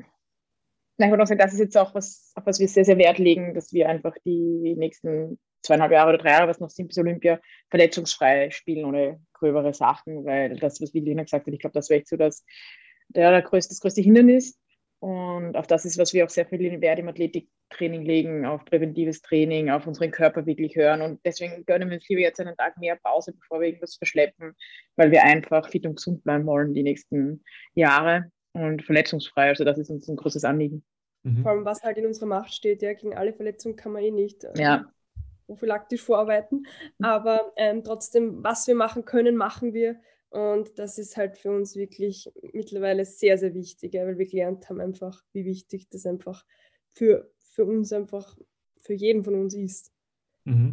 ich wollte auch sagen, das ist jetzt auch was, auf was wir sehr, sehr Wert legen, dass wir einfach die nächsten zweieinhalb Jahre oder drei Jahre, was noch sind bis Olympia, verletzungsfrei spielen ohne gröbere Sachen, weil das, was Lina gesagt hat, ich glaube, das wäre echt so das, der, der größte, das größte Hindernis. Und auf das ist, was wir auch sehr viel Wert im Athletiktraining legen, auf präventives Training, auf unseren Körper wirklich hören. Und deswegen gönnen wir uns lieber jetzt einen Tag mehr Pause, bevor wir irgendwas verschleppen, weil wir einfach fit und gesund bleiben wollen die nächsten Jahre und verletzungsfrei. Also das ist uns ein großes Anliegen. Mhm. Vor allem, was halt in unserer Macht steht, ja, gegen alle Verletzungen kann man eh nicht äh, ja. prophylaktisch vorarbeiten. Aber ähm, trotzdem, was wir machen können, machen wir. Und das ist halt für uns wirklich mittlerweile sehr, sehr wichtig, ja, weil wir gelernt haben einfach, wie wichtig das einfach für, für uns einfach, für jeden von uns ist. Mhm.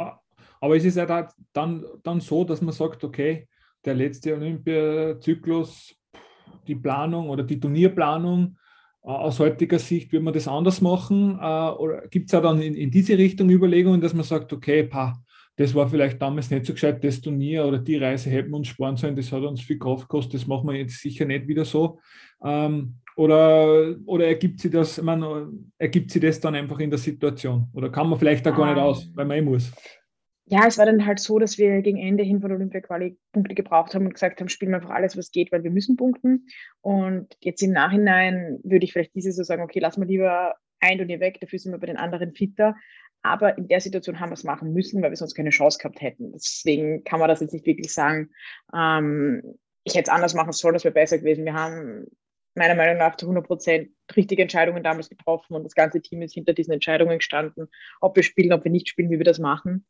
Aber es ist ja da, dann, dann so, dass man sagt, okay, der letzte Olympiazyklus, die Planung oder die Turnierplanung, aus heutiger Sicht würde man das anders machen? Oder gibt es ja dann in, in diese Richtung Überlegungen, dass man sagt, okay, pah, das war vielleicht damals nicht so gescheit, das Turnier oder die Reise hätten wir uns sparen sollen, das hat uns viel Kraft gekostet, das machen wir jetzt sicher nicht wieder so. Ähm, oder, oder ergibt sich das, ich meine, ergibt sich das dann einfach in der Situation? Oder kann man vielleicht da gar nicht aus, weil man eh muss? Ja, es war dann halt so, dass wir gegen Ende hin von der Olympia-Quali Punkte gebraucht haben und gesagt haben, spielen wir einfach alles, was geht, weil wir müssen punkten. Und jetzt im Nachhinein würde ich vielleicht diese so sagen, okay, lass mal lieber ein Turnier weg, dafür sind wir bei den anderen fitter. Aber in der Situation haben wir es machen müssen, weil wir sonst keine Chance gehabt hätten. Deswegen kann man das jetzt nicht wirklich sagen, ähm, ich hätte es anders machen sollen, das wäre besser gewesen. Wir haben meiner Meinung nach zu hundert Prozent richtige Entscheidungen damals getroffen und das ganze Team ist hinter diesen Entscheidungen gestanden, ob wir spielen, ob wir nicht spielen, wie wir das machen.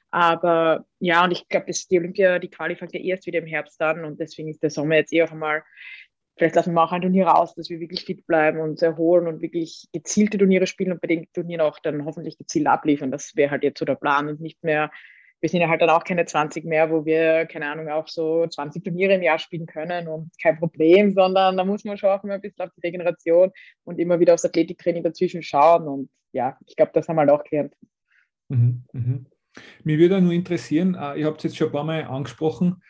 Aber ja, und ich glaube, die Olympia, die Quali fängt ja erst wieder im Herbst an und deswegen ist der Sommer jetzt eher auf einmal, vielleicht lassen wir auch ein Turnier raus, dass wir wirklich fit bleiben und uns erholen und wirklich gezielte Turniere spielen und bei den Turnieren auch dann hoffentlich gezielt abliefern. Das wäre halt jetzt so der Plan und nicht mehr, wir sind ja halt dann auch keine zwanzig mehr, wo wir, keine Ahnung, auch so zwanzig Turniere im Jahr spielen können und kein Problem, sondern da muss man schon auch immer ein bisschen auf die Regeneration und immer wieder aufs Athletiktraining dazwischen schauen und ja, ich glaube, das haben wir halt auch gelernt. Mhm, mhm. Mich würde nur interessieren, ihr habt es jetzt schon ein paar Mal angesprochen,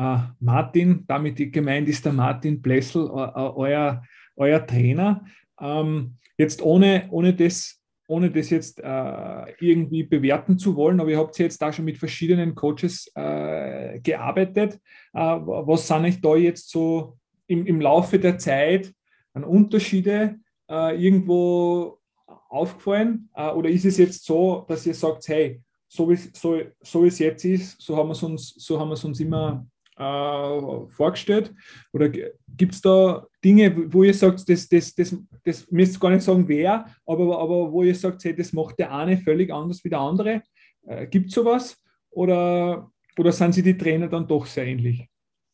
Martin, damit gemeint ist der Martin Blessel, euer, euer Trainer. Jetzt ohne, ohne, das, ohne das jetzt irgendwie bewerten zu wollen, aber ihr habt jetzt da schon mit verschiedenen Coaches gearbeitet. Was sind euch da jetzt so im, im Laufe der Zeit an Unterschiede irgendwo aufgefallen? Oder ist es jetzt so, dass ihr sagt, hey, so wie so, so es jetzt ist, so haben wir es uns, so haben wir es uns immer äh, vorgestellt? Oder gibt es da Dinge, wo ihr sagt, das, das, das, das müsst ihr gar nicht sagen, wer, aber, aber wo ihr sagt, hey, das macht der eine völlig anders wie der andere? Äh, gibt es sowas? Oder, oder sind sie die Trainer dann doch sehr ähnlich?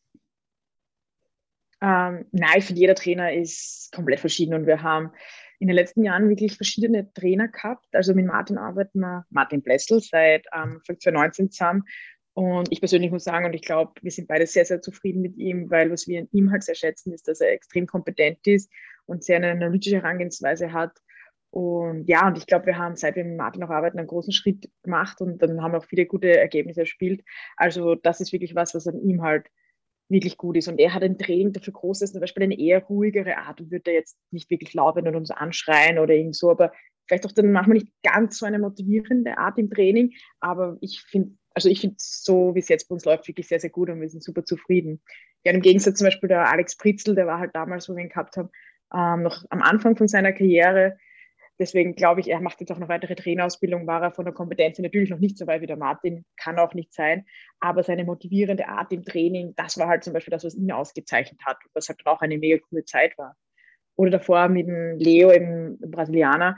Ähm, nein, ich finde, jeder Trainer ist komplett verschieden und wir haben in den letzten Jahren wirklich verschiedene Trainer gehabt. Also mit Martin arbeiten wir, Martin Blessel, seit ähm, zwanzig neunzehn zusammen. Und ich persönlich muss sagen, und ich glaube, wir sind beide sehr, sehr zufrieden mit ihm, weil was wir an ihm halt sehr schätzen, ist, dass er extrem kompetent ist und sehr eine analytische Herangehensweise hat. Und ja, und ich glaube, wir haben, seit wir mit Martin auch arbeiten, einen großen Schritt gemacht und dann haben wir auch viele gute Ergebnisse erspielt. Also das ist wirklich was, was an ihm halt wirklich gut ist. Und er hat ein Training dafür groß, ist zum Beispiel eine eher ruhigere Art und wird da jetzt nicht wirklich laut werden und uns anschreien oder irgend so, aber vielleicht auch dann manchmal nicht ganz so eine motivierende Art im Training. Aber ich finde, also ich finde so, wie es jetzt bei uns läuft, wirklich sehr, sehr gut und wir sind super zufrieden. Ja, im Gegensatz zum Beispiel der Alex Pritzl, der war halt damals, wo wir ihn gehabt haben, ähm, noch am Anfang von seiner Karriere. Deswegen glaube ich, er macht jetzt auch noch weitere Trainerausbildung, war er von der Kompetenz natürlich noch nicht so weit wie der Martin, kann auch nicht sein, aber seine motivierende Art im Training, das war halt zum Beispiel das, was ihn ausgezeichnet hat und was halt auch eine mega coole Zeit war. Oder davor mit dem Leo, im Brasilianer,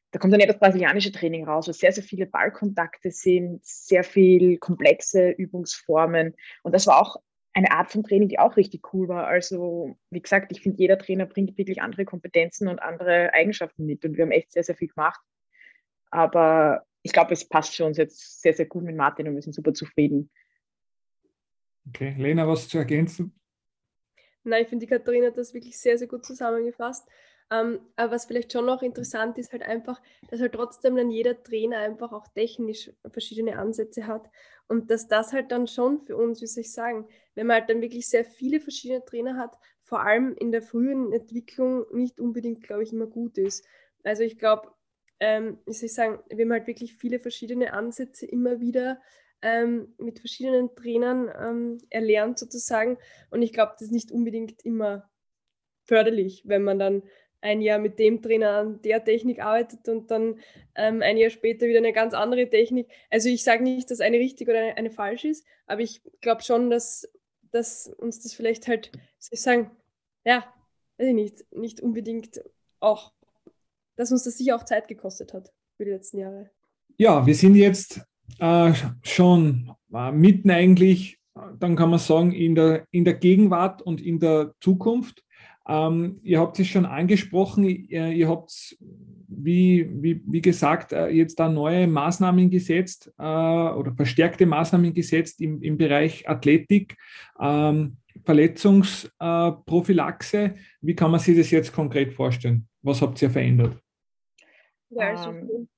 da kommt dann ja das brasilianische Training raus, wo sehr, sehr viele Ballkontakte sind, sehr viel komplexe Übungsformen. Und das war auch eine Art von Training, die auch richtig cool war. Also, wie gesagt, ich finde, jeder Trainer bringt wirklich andere Kompetenzen und andere Eigenschaften mit. Und wir haben echt sehr, sehr viel gemacht. Aber ich glaube, es passt für uns jetzt sehr, sehr gut mit Martin und wir sind super zufrieden. Okay, Lena, was zu ergänzen? Nein, ich finde, die Katharina hat das wirklich sehr, sehr gut zusammengefasst. Ähm, aber was vielleicht schon noch interessant ist, halt einfach, dass halt trotzdem dann jeder Trainer einfach auch technisch verschiedene Ansätze hat und dass das halt dann schon für uns, wie soll ich sagen, wenn man halt dann wirklich sehr viele verschiedene Trainer hat, vor allem in der frühen Entwicklung nicht unbedingt, glaube ich, immer gut ist. Also ich glaube, ähm, wie soll ich sagen, wir haben halt wirklich viele verschiedene Ansätze immer wieder ähm, mit verschiedenen Trainern ähm, erlernt sozusagen und ich glaube, das ist nicht unbedingt immer förderlich, wenn man dann ein Jahr mit dem Trainer an der Technik arbeitet und dann ähm, ein Jahr später wieder eine ganz andere Technik. Also ich sage nicht, dass eine richtig oder eine, eine falsch ist, aber ich glaube schon, dass, dass uns das vielleicht halt, soll ich sagen, ja, weiß ich nicht, nicht unbedingt auch, dass uns das sicher auch Zeit gekostet hat für die letzten Jahre. Ja, wir sind jetzt äh, schon äh, mitten eigentlich, dann kann man sagen, in der, in der Gegenwart und in der Zukunft. Ähm, ihr habt es schon angesprochen, ihr, ihr habt, wie, wie, wie gesagt, äh, jetzt da neue Maßnahmen gesetzt äh, oder verstärkte Maßnahmen gesetzt im, im Bereich Athletik, ähm, Verletzungsprophylaxe. Wie kann man sich das jetzt konkret vorstellen? Was habt ihr verändert? Ja, also Ähm,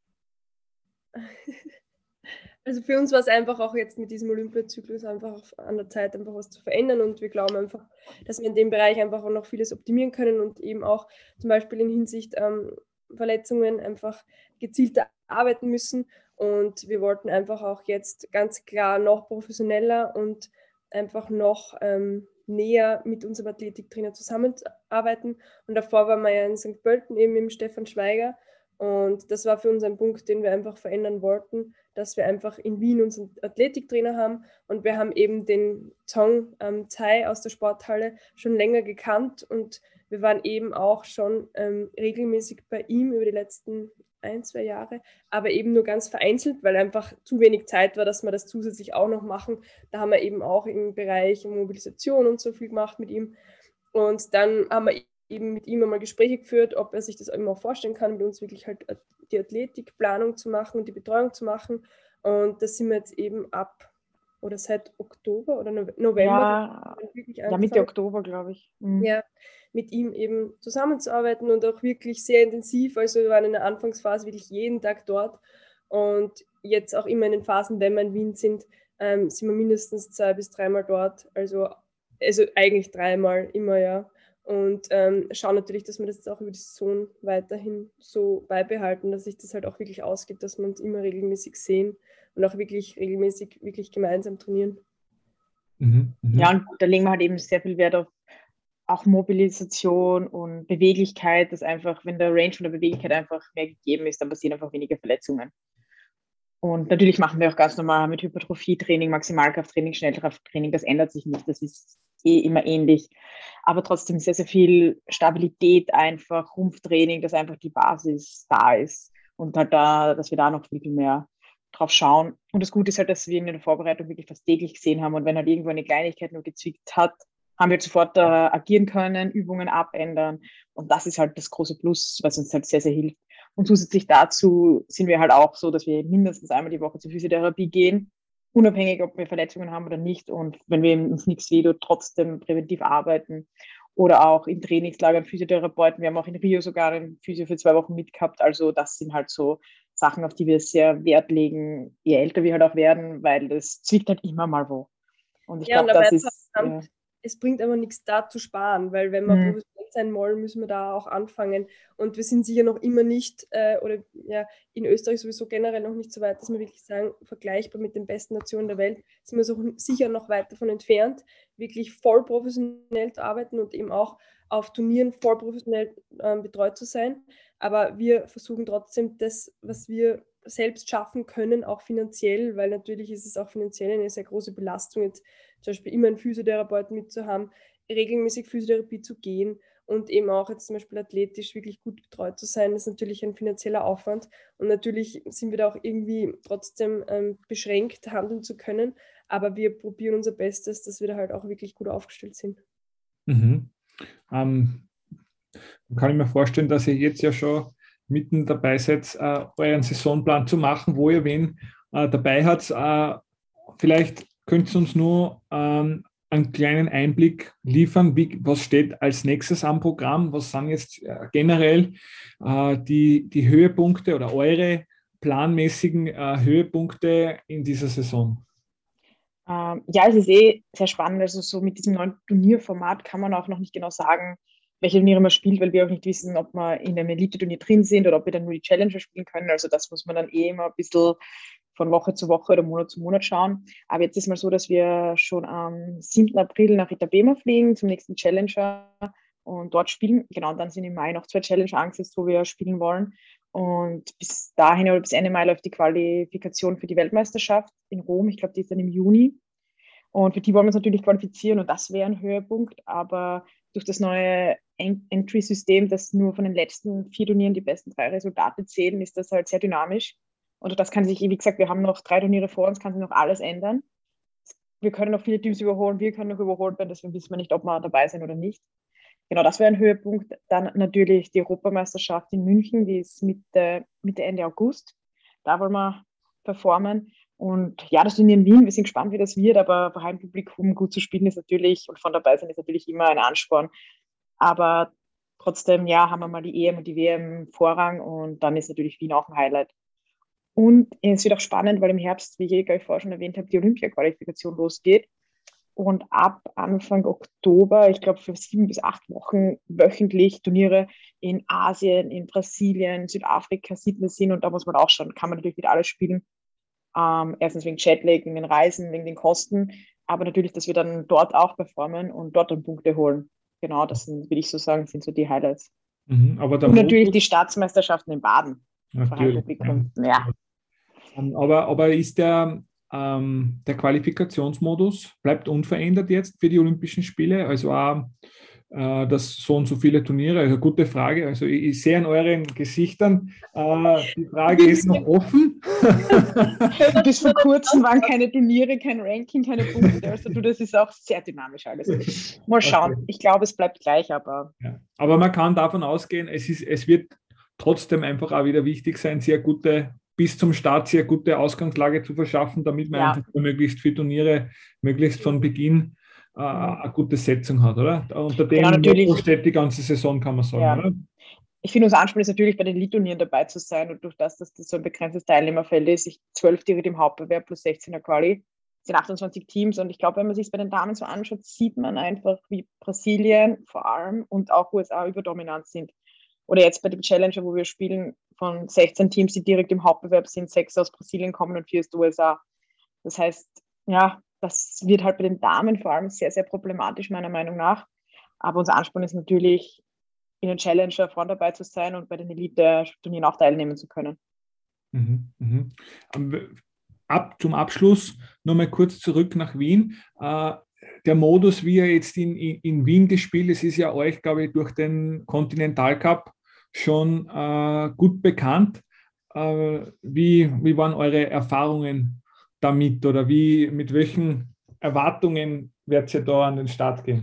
Also für uns war es einfach auch jetzt mit diesem Olympiazyklus einfach an der Zeit, einfach was zu verändern und wir glauben einfach, dass wir in dem Bereich einfach auch noch vieles optimieren können und eben auch zum Beispiel in Hinsicht ähm, Verletzungen einfach gezielter arbeiten müssen und wir wollten einfach auch jetzt ganz klar noch professioneller und einfach noch ähm, näher mit unserem Athletiktrainer zusammenarbeiten und davor waren wir ja in Sankt Pölten eben mit dem Stefan Schweiger und das war für uns ein Punkt, den wir einfach verändern wollten, dass wir einfach in Wien unseren Athletiktrainer haben und wir haben eben den Zhong ähm, Tsai aus der Sporthalle schon länger gekannt und wir waren eben auch schon ähm, regelmäßig bei ihm über die letzten ein, zwei Jahre, aber eben nur ganz vereinzelt, weil einfach zu wenig Zeit war, dass wir das zusätzlich auch noch machen. Da haben wir eben auch im Bereich Mobilisation und so viel gemacht mit ihm und dann haben wir eben mit ihm einmal Gespräche geführt, ob er sich das immer vorstellen kann, mit uns wirklich halt die Athletikplanung zu machen und die Betreuung zu machen. Und das sind wir jetzt eben ab oder seit Oktober oder November ja, wirklich ja, Mitte Oktober, glaube ich. Mhm. Ja, mit ihm eben zusammenzuarbeiten und auch wirklich sehr intensiv. Also wir waren in der Anfangsphase wirklich jeden Tag dort und jetzt auch immer in den Phasen, wenn wir in Wien sind, ähm, sind wir mindestens zwei bis dreimal dort. Also, also eigentlich dreimal immer, ja. Und ähm, schauen natürlich, dass wir das jetzt auch über die Saison weiterhin so beibehalten, dass sich das halt auch wirklich ausgeht, dass wir uns immer regelmäßig sehen und auch wirklich regelmäßig wirklich gemeinsam trainieren. Mhm, mhm. Ja, und da legen wir halt eben sehr viel Wert auf auch Mobilisation und Beweglichkeit, dass einfach, wenn der Range von der Beweglichkeit einfach mehr gegeben ist, dann passieren einfach weniger Verletzungen. Und natürlich machen wir auch ganz normal mit Hypertrophie-Training, Maximalkrafttraining, Schnellkrafttraining, das ändert sich nicht, das ist eh immer ähnlich. Aber trotzdem sehr, sehr viel Stabilität einfach, Rumpftraining, dass einfach die Basis da ist und halt da, dass wir da noch viel, viel mehr drauf schauen. Und das Gute ist halt, dass wir in der Vorbereitung wirklich fast täglich gesehen haben und wenn halt irgendwo eine Kleinigkeit nur gezwickt hat, haben wir sofort äh, agieren können, Übungen abändern und das ist halt das große Plus, was uns halt sehr, sehr hilft. Und zusätzlich dazu sind wir halt auch so, dass wir mindestens einmal die Woche zur Physiotherapie gehen, unabhängig, ob wir Verletzungen haben oder nicht. Und wenn wir ins Nix-Video trotzdem präventiv arbeiten oder auch in Trainingslagern Physiotherapeuten. Wir haben auch in Rio sogar einen Physio für zwei Wochen mitgehabt. Also das sind halt so Sachen, auf die wir sehr Wert legen, je älter wir halt auch werden, weil das zwickt halt immer mal wo. Und ich Ja, glaube, und das dabei ist... Ja. es bringt aber nichts da zu sparen, weil wenn wir Hm. professionell sein wollen, müssen wir da auch anfangen. Und wir sind sicher noch immer nicht, äh, oder ja, in Österreich sowieso generell noch nicht so weit, dass wir wirklich sagen, vergleichbar mit den besten Nationen der Welt, sind wir so sicher noch weit davon entfernt, wirklich voll professionell zu arbeiten und eben auch auf Turnieren voll professionell äh, betreut zu sein. Aber wir versuchen trotzdem das, was wir selbst schaffen können, auch finanziell, weil natürlich ist es auch finanziell eine sehr große Belastung, jetzt zum Beispiel immer einen Physiotherapeuten mitzuhaben, regelmäßig Physiotherapie zu gehen und eben auch jetzt zum Beispiel athletisch wirklich gut betreut zu sein, ist natürlich ein finanzieller Aufwand. Und natürlich sind wir da auch irgendwie trotzdem ähm, beschränkt handeln zu können, aber wir probieren unser Bestes, dass wir da halt auch wirklich gut aufgestellt sind. Mhm. Ähm, kann ich mir vorstellen, dass ihr jetzt ja schon mitten dabei seid, äh, euren Saisonplan zu machen, wo ihr wen äh, dabei habt. Äh, vielleicht könnt ihr uns nur ähm, einen kleinen Einblick liefern, wie, was steht als nächstes am Programm, was sind jetzt äh, generell äh, die, die Höhepunkte oder eure planmäßigen äh, Höhepunkte in dieser Saison? Ähm, ja, es ist eh sehr spannend. Also so mit diesem neuen Turnierformat kann man auch noch nicht genau sagen, welche Turniere man spielt, weil wir auch nicht wissen, ob wir in einem Elite-Turnier drin sind oder ob wir dann nur die Challenger spielen können. Also das muss man dann eh immer ein bisschen von Woche zu Woche oder Monat zu Monat schauen. Aber jetzt ist mal so, dass wir schon am siebten April nach Itabema fliegen zum nächsten Challenger und dort spielen. Genau, und dann sind im Mai noch zwei Challenger angesetzt, wo wir spielen wollen. Und bis dahin oder bis Ende Mai läuft die Qualifikation für die Weltmeisterschaft in Rom. Ich glaube, die ist dann im Juni. Und für die wollen wir uns natürlich qualifizieren und das wäre ein Höhepunkt. Aber durch das neue Entry-System, das nur von den letzten vier Turnieren die besten drei Resultate zählen, ist das halt sehr dynamisch. Und das kann sich, wie gesagt, wir haben noch drei Turniere vor uns, kann sich noch alles ändern. Wir können noch viele Teams überholen, wir können noch überholt werden, deswegen wissen wir nicht, ob wir dabei sind oder nicht. Genau, das wäre ein Höhepunkt. Dann natürlich die Europameisterschaft in München, die ist Mitte, Mitte Ende August. Da wollen wir performen. Und ja, das Turnier in Wien, wir sind gespannt, wie das wird, aber vor Heimpublikum gut zu spielen ist natürlich und von dabei sein ist natürlich immer ein Ansporn. Aber trotzdem, ja, haben wir mal die E M und die W M im Vorrang und dann ist natürlich Wien auch ein Highlight. Und es wird auch spannend, weil im Herbst, wie ich euch vorher schon erwähnt habe, die Olympia-Qualifikation losgeht. Und ab Anfang Oktober, ich glaube für sieben bis acht Wochen wöchentlich Turniere in Asien, in Brasilien, Südafrika, Sydney sind. Und da muss man auch schauen, kann man natürlich wieder alles spielen. Ähm, erstens wegen Jetlag, wegen den Reisen, wegen den Kosten. Aber natürlich, dass wir dann dort auch performen und dort dann Punkte holen. Genau, das sind, würde ich so sagen, sind so die Highlights. Mhm, aber der und natürlich Modus, die Staatsmeisterschaften in Baden. natürlich. Publikum. Ja. Ja. Aber, aber ist der, ähm, der Qualifikationsmodus bleibt unverändert jetzt für die Olympischen Spiele? Also auch äh, das so und so viele Turniere? Also gute Frage. Also ich, ich sehe an euren Gesichtern, äh, die Frage ist noch offen. Bis vor kurzem waren keine Turniere, kein Ranking, keine Punkte. Also du, das ist auch sehr dynamisch alles. Mal schauen. Okay. Ich glaube, es bleibt gleich, aber. Ja. Aber man kann davon ausgehen, es, ist, es wird trotzdem einfach auch wieder wichtig sein, sehr gute, bis zum Start sehr gute Ausgangslage zu verschaffen, damit man ja. einfach möglichst viele Turniere, möglichst von Beginn äh, eine gute Setzung hat, oder? Unter dem genau, steht die ganze Saison, kann man sagen, ja. oder? Ich finde, unser Anspruch ist natürlich, bei den Elite-Turnieren dabei zu sein und durch das, dass das so ein begrenztes Teilnehmerfeld ist, ich zwölf direkt im Hauptbewerb plus sechzehner Quali, sind achtundzwanzig Teams und ich glaube, wenn man sich es bei den Damen so anschaut, sieht man einfach, wie Brasilien vor allem und auch U S A überdominant sind. Oder jetzt bei dem Challenger, wo wir spielen, von sechzehn Teams, die direkt im Hauptbewerb sind, sechs aus Brasilien kommen und vier aus den U S A. Das heißt, ja, das wird halt bei den Damen vor allem sehr, sehr problematisch, meiner Meinung nach. Aber unser Anspruch ist natürlich, in den Challenger vorne dabei zu sein und bei den Elite-Turnieren auch teilnehmen zu können. Mhm, mhm. Ab zum Abschluss nochmal kurz zurück nach Wien. Äh, der Modus, wie er jetzt in, in, in Wien gespielt ist, ist ja euch, glaube ich, durch den Continental Cup schon äh, gut bekannt. Äh, wie, wie waren eure Erfahrungen damit oder wie, mit welchen Erwartungen werdet ihr da an den Start gehen?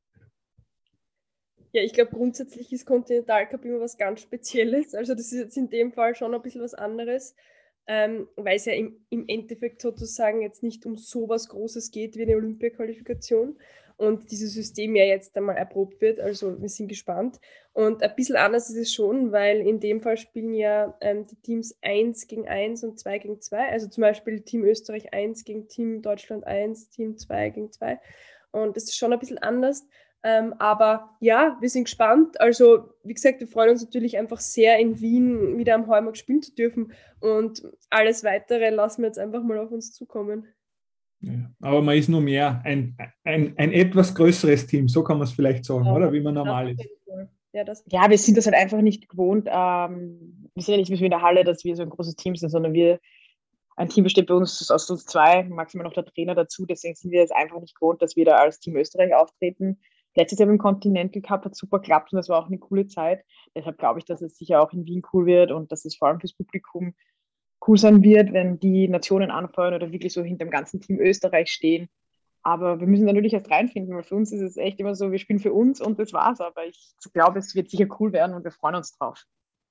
Ja, ich glaube, grundsätzlich ist Continental Cup immer was ganz Spezielles. Also das ist jetzt in dem Fall schon ein bisschen was anderes, ähm, weil es ja im, im Endeffekt sozusagen jetzt nicht um so was Großes geht wie eine Olympia-Qualifikation und dieses System ja jetzt einmal erprobt wird. Also wir sind gespannt. Und ein bisschen anders ist es schon, weil in dem Fall spielen ja ähm, die Teams eins gegen eins und zwei gegen zwei. Also zum Beispiel Team Österreich eins gegen Team Deutschland eins, Team zwei gegen zwei. Und das ist schon ein bisschen anders. Ähm, aber ja, wir sind gespannt. Also, wie gesagt, wir freuen uns natürlich einfach sehr, in Wien wieder am Heumarkt spielen zu dürfen. Und alles Weitere lassen wir jetzt einfach mal auf uns zukommen. Ja, aber man ist nur mehr ein, ein, ein etwas größeres Team, so kann man es vielleicht sagen, ja, oder? Wie man normal ist. Ja, das ja, wir sind das halt einfach nicht gewohnt. Ähm, wir sind ja nicht wie in der Halle, dass wir so ein großes Team sind, sondern wir, ein Team besteht bei uns aus uns zwei, maximal noch der Trainer dazu. Deswegen sind wir es einfach nicht gewohnt, dass wir da als Team Österreich auftreten. Letztes Jahr beim Continental Cup hat super geklappt und das war auch eine coole Zeit. Deshalb glaube ich, dass es sicher auch in Wien cool wird und dass es vor allem fürs Publikum cool sein wird, wenn die Nationen anfeuern oder wirklich so hinter dem ganzen Team Österreich stehen. Aber wir müssen natürlich erst reinfinden, weil für uns ist es echt immer so, wir spielen für uns und das war's. Aber ich glaube, es wird sicher cool werden und wir freuen uns drauf.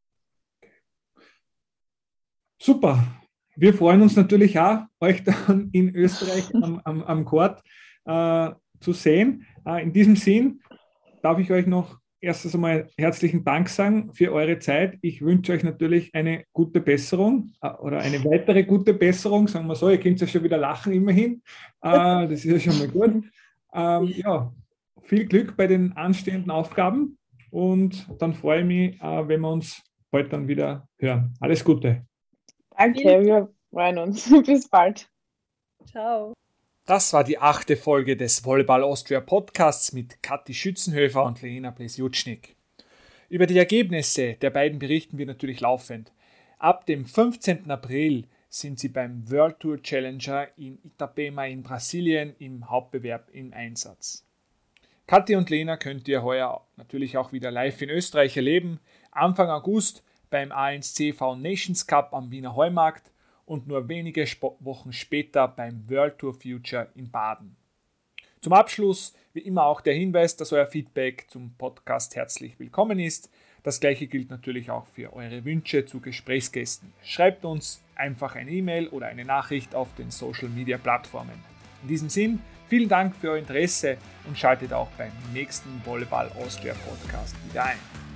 Super. Wir freuen uns natürlich auch, euch dann in Österreich am, am, am Court äh, zu sehen. Äh, in diesem Sinn darf ich euch noch erstens einmal herzlichen Dank sagen für eure Zeit. Ich wünsche euch natürlich eine gute Besserung äh, oder eine weitere gute Besserung, sagen wir so. Ihr könnt ja schon wieder lachen, immerhin. Äh, das ist ja schon mal gut. Ähm, ja, viel Glück bei den anstehenden Aufgaben und dann freue ich mich, äh, wenn wir uns bald dann wieder hören. Alles Gute. Danke, wir freuen uns. Bis bald. Ciao. Das war die achte Folge des Volleyball Austria Podcasts mit Kathi Schützenhöfer und Lena Blesjutschnik. Über die Ergebnisse der beiden berichten wir natürlich laufend. Ab dem fünfzehnten April sind sie beim World Tour Challenger in Itapema in Brasilien im Hauptbewerb im Einsatz. Kathi und Lena könnt ihr heuer natürlich auch wieder live in Österreich erleben. Anfang August beim A eins C V Nations Cup am Wiener Heumarkt und nur wenige Wochen später beim World Tour Future in Baden. Zum Abschluss wie immer auch der Hinweis, dass euer Feedback zum Podcast herzlich willkommen ist. Das gleiche gilt natürlich auch für eure Wünsche zu Gesprächsgästen. Schreibt uns einfach eine E-Mail oder eine Nachricht auf den Social Media Plattformen. In diesem Sinn, vielen Dank für euer Interesse und schaltet auch beim nächsten Volleyball Austria Podcast wieder ein.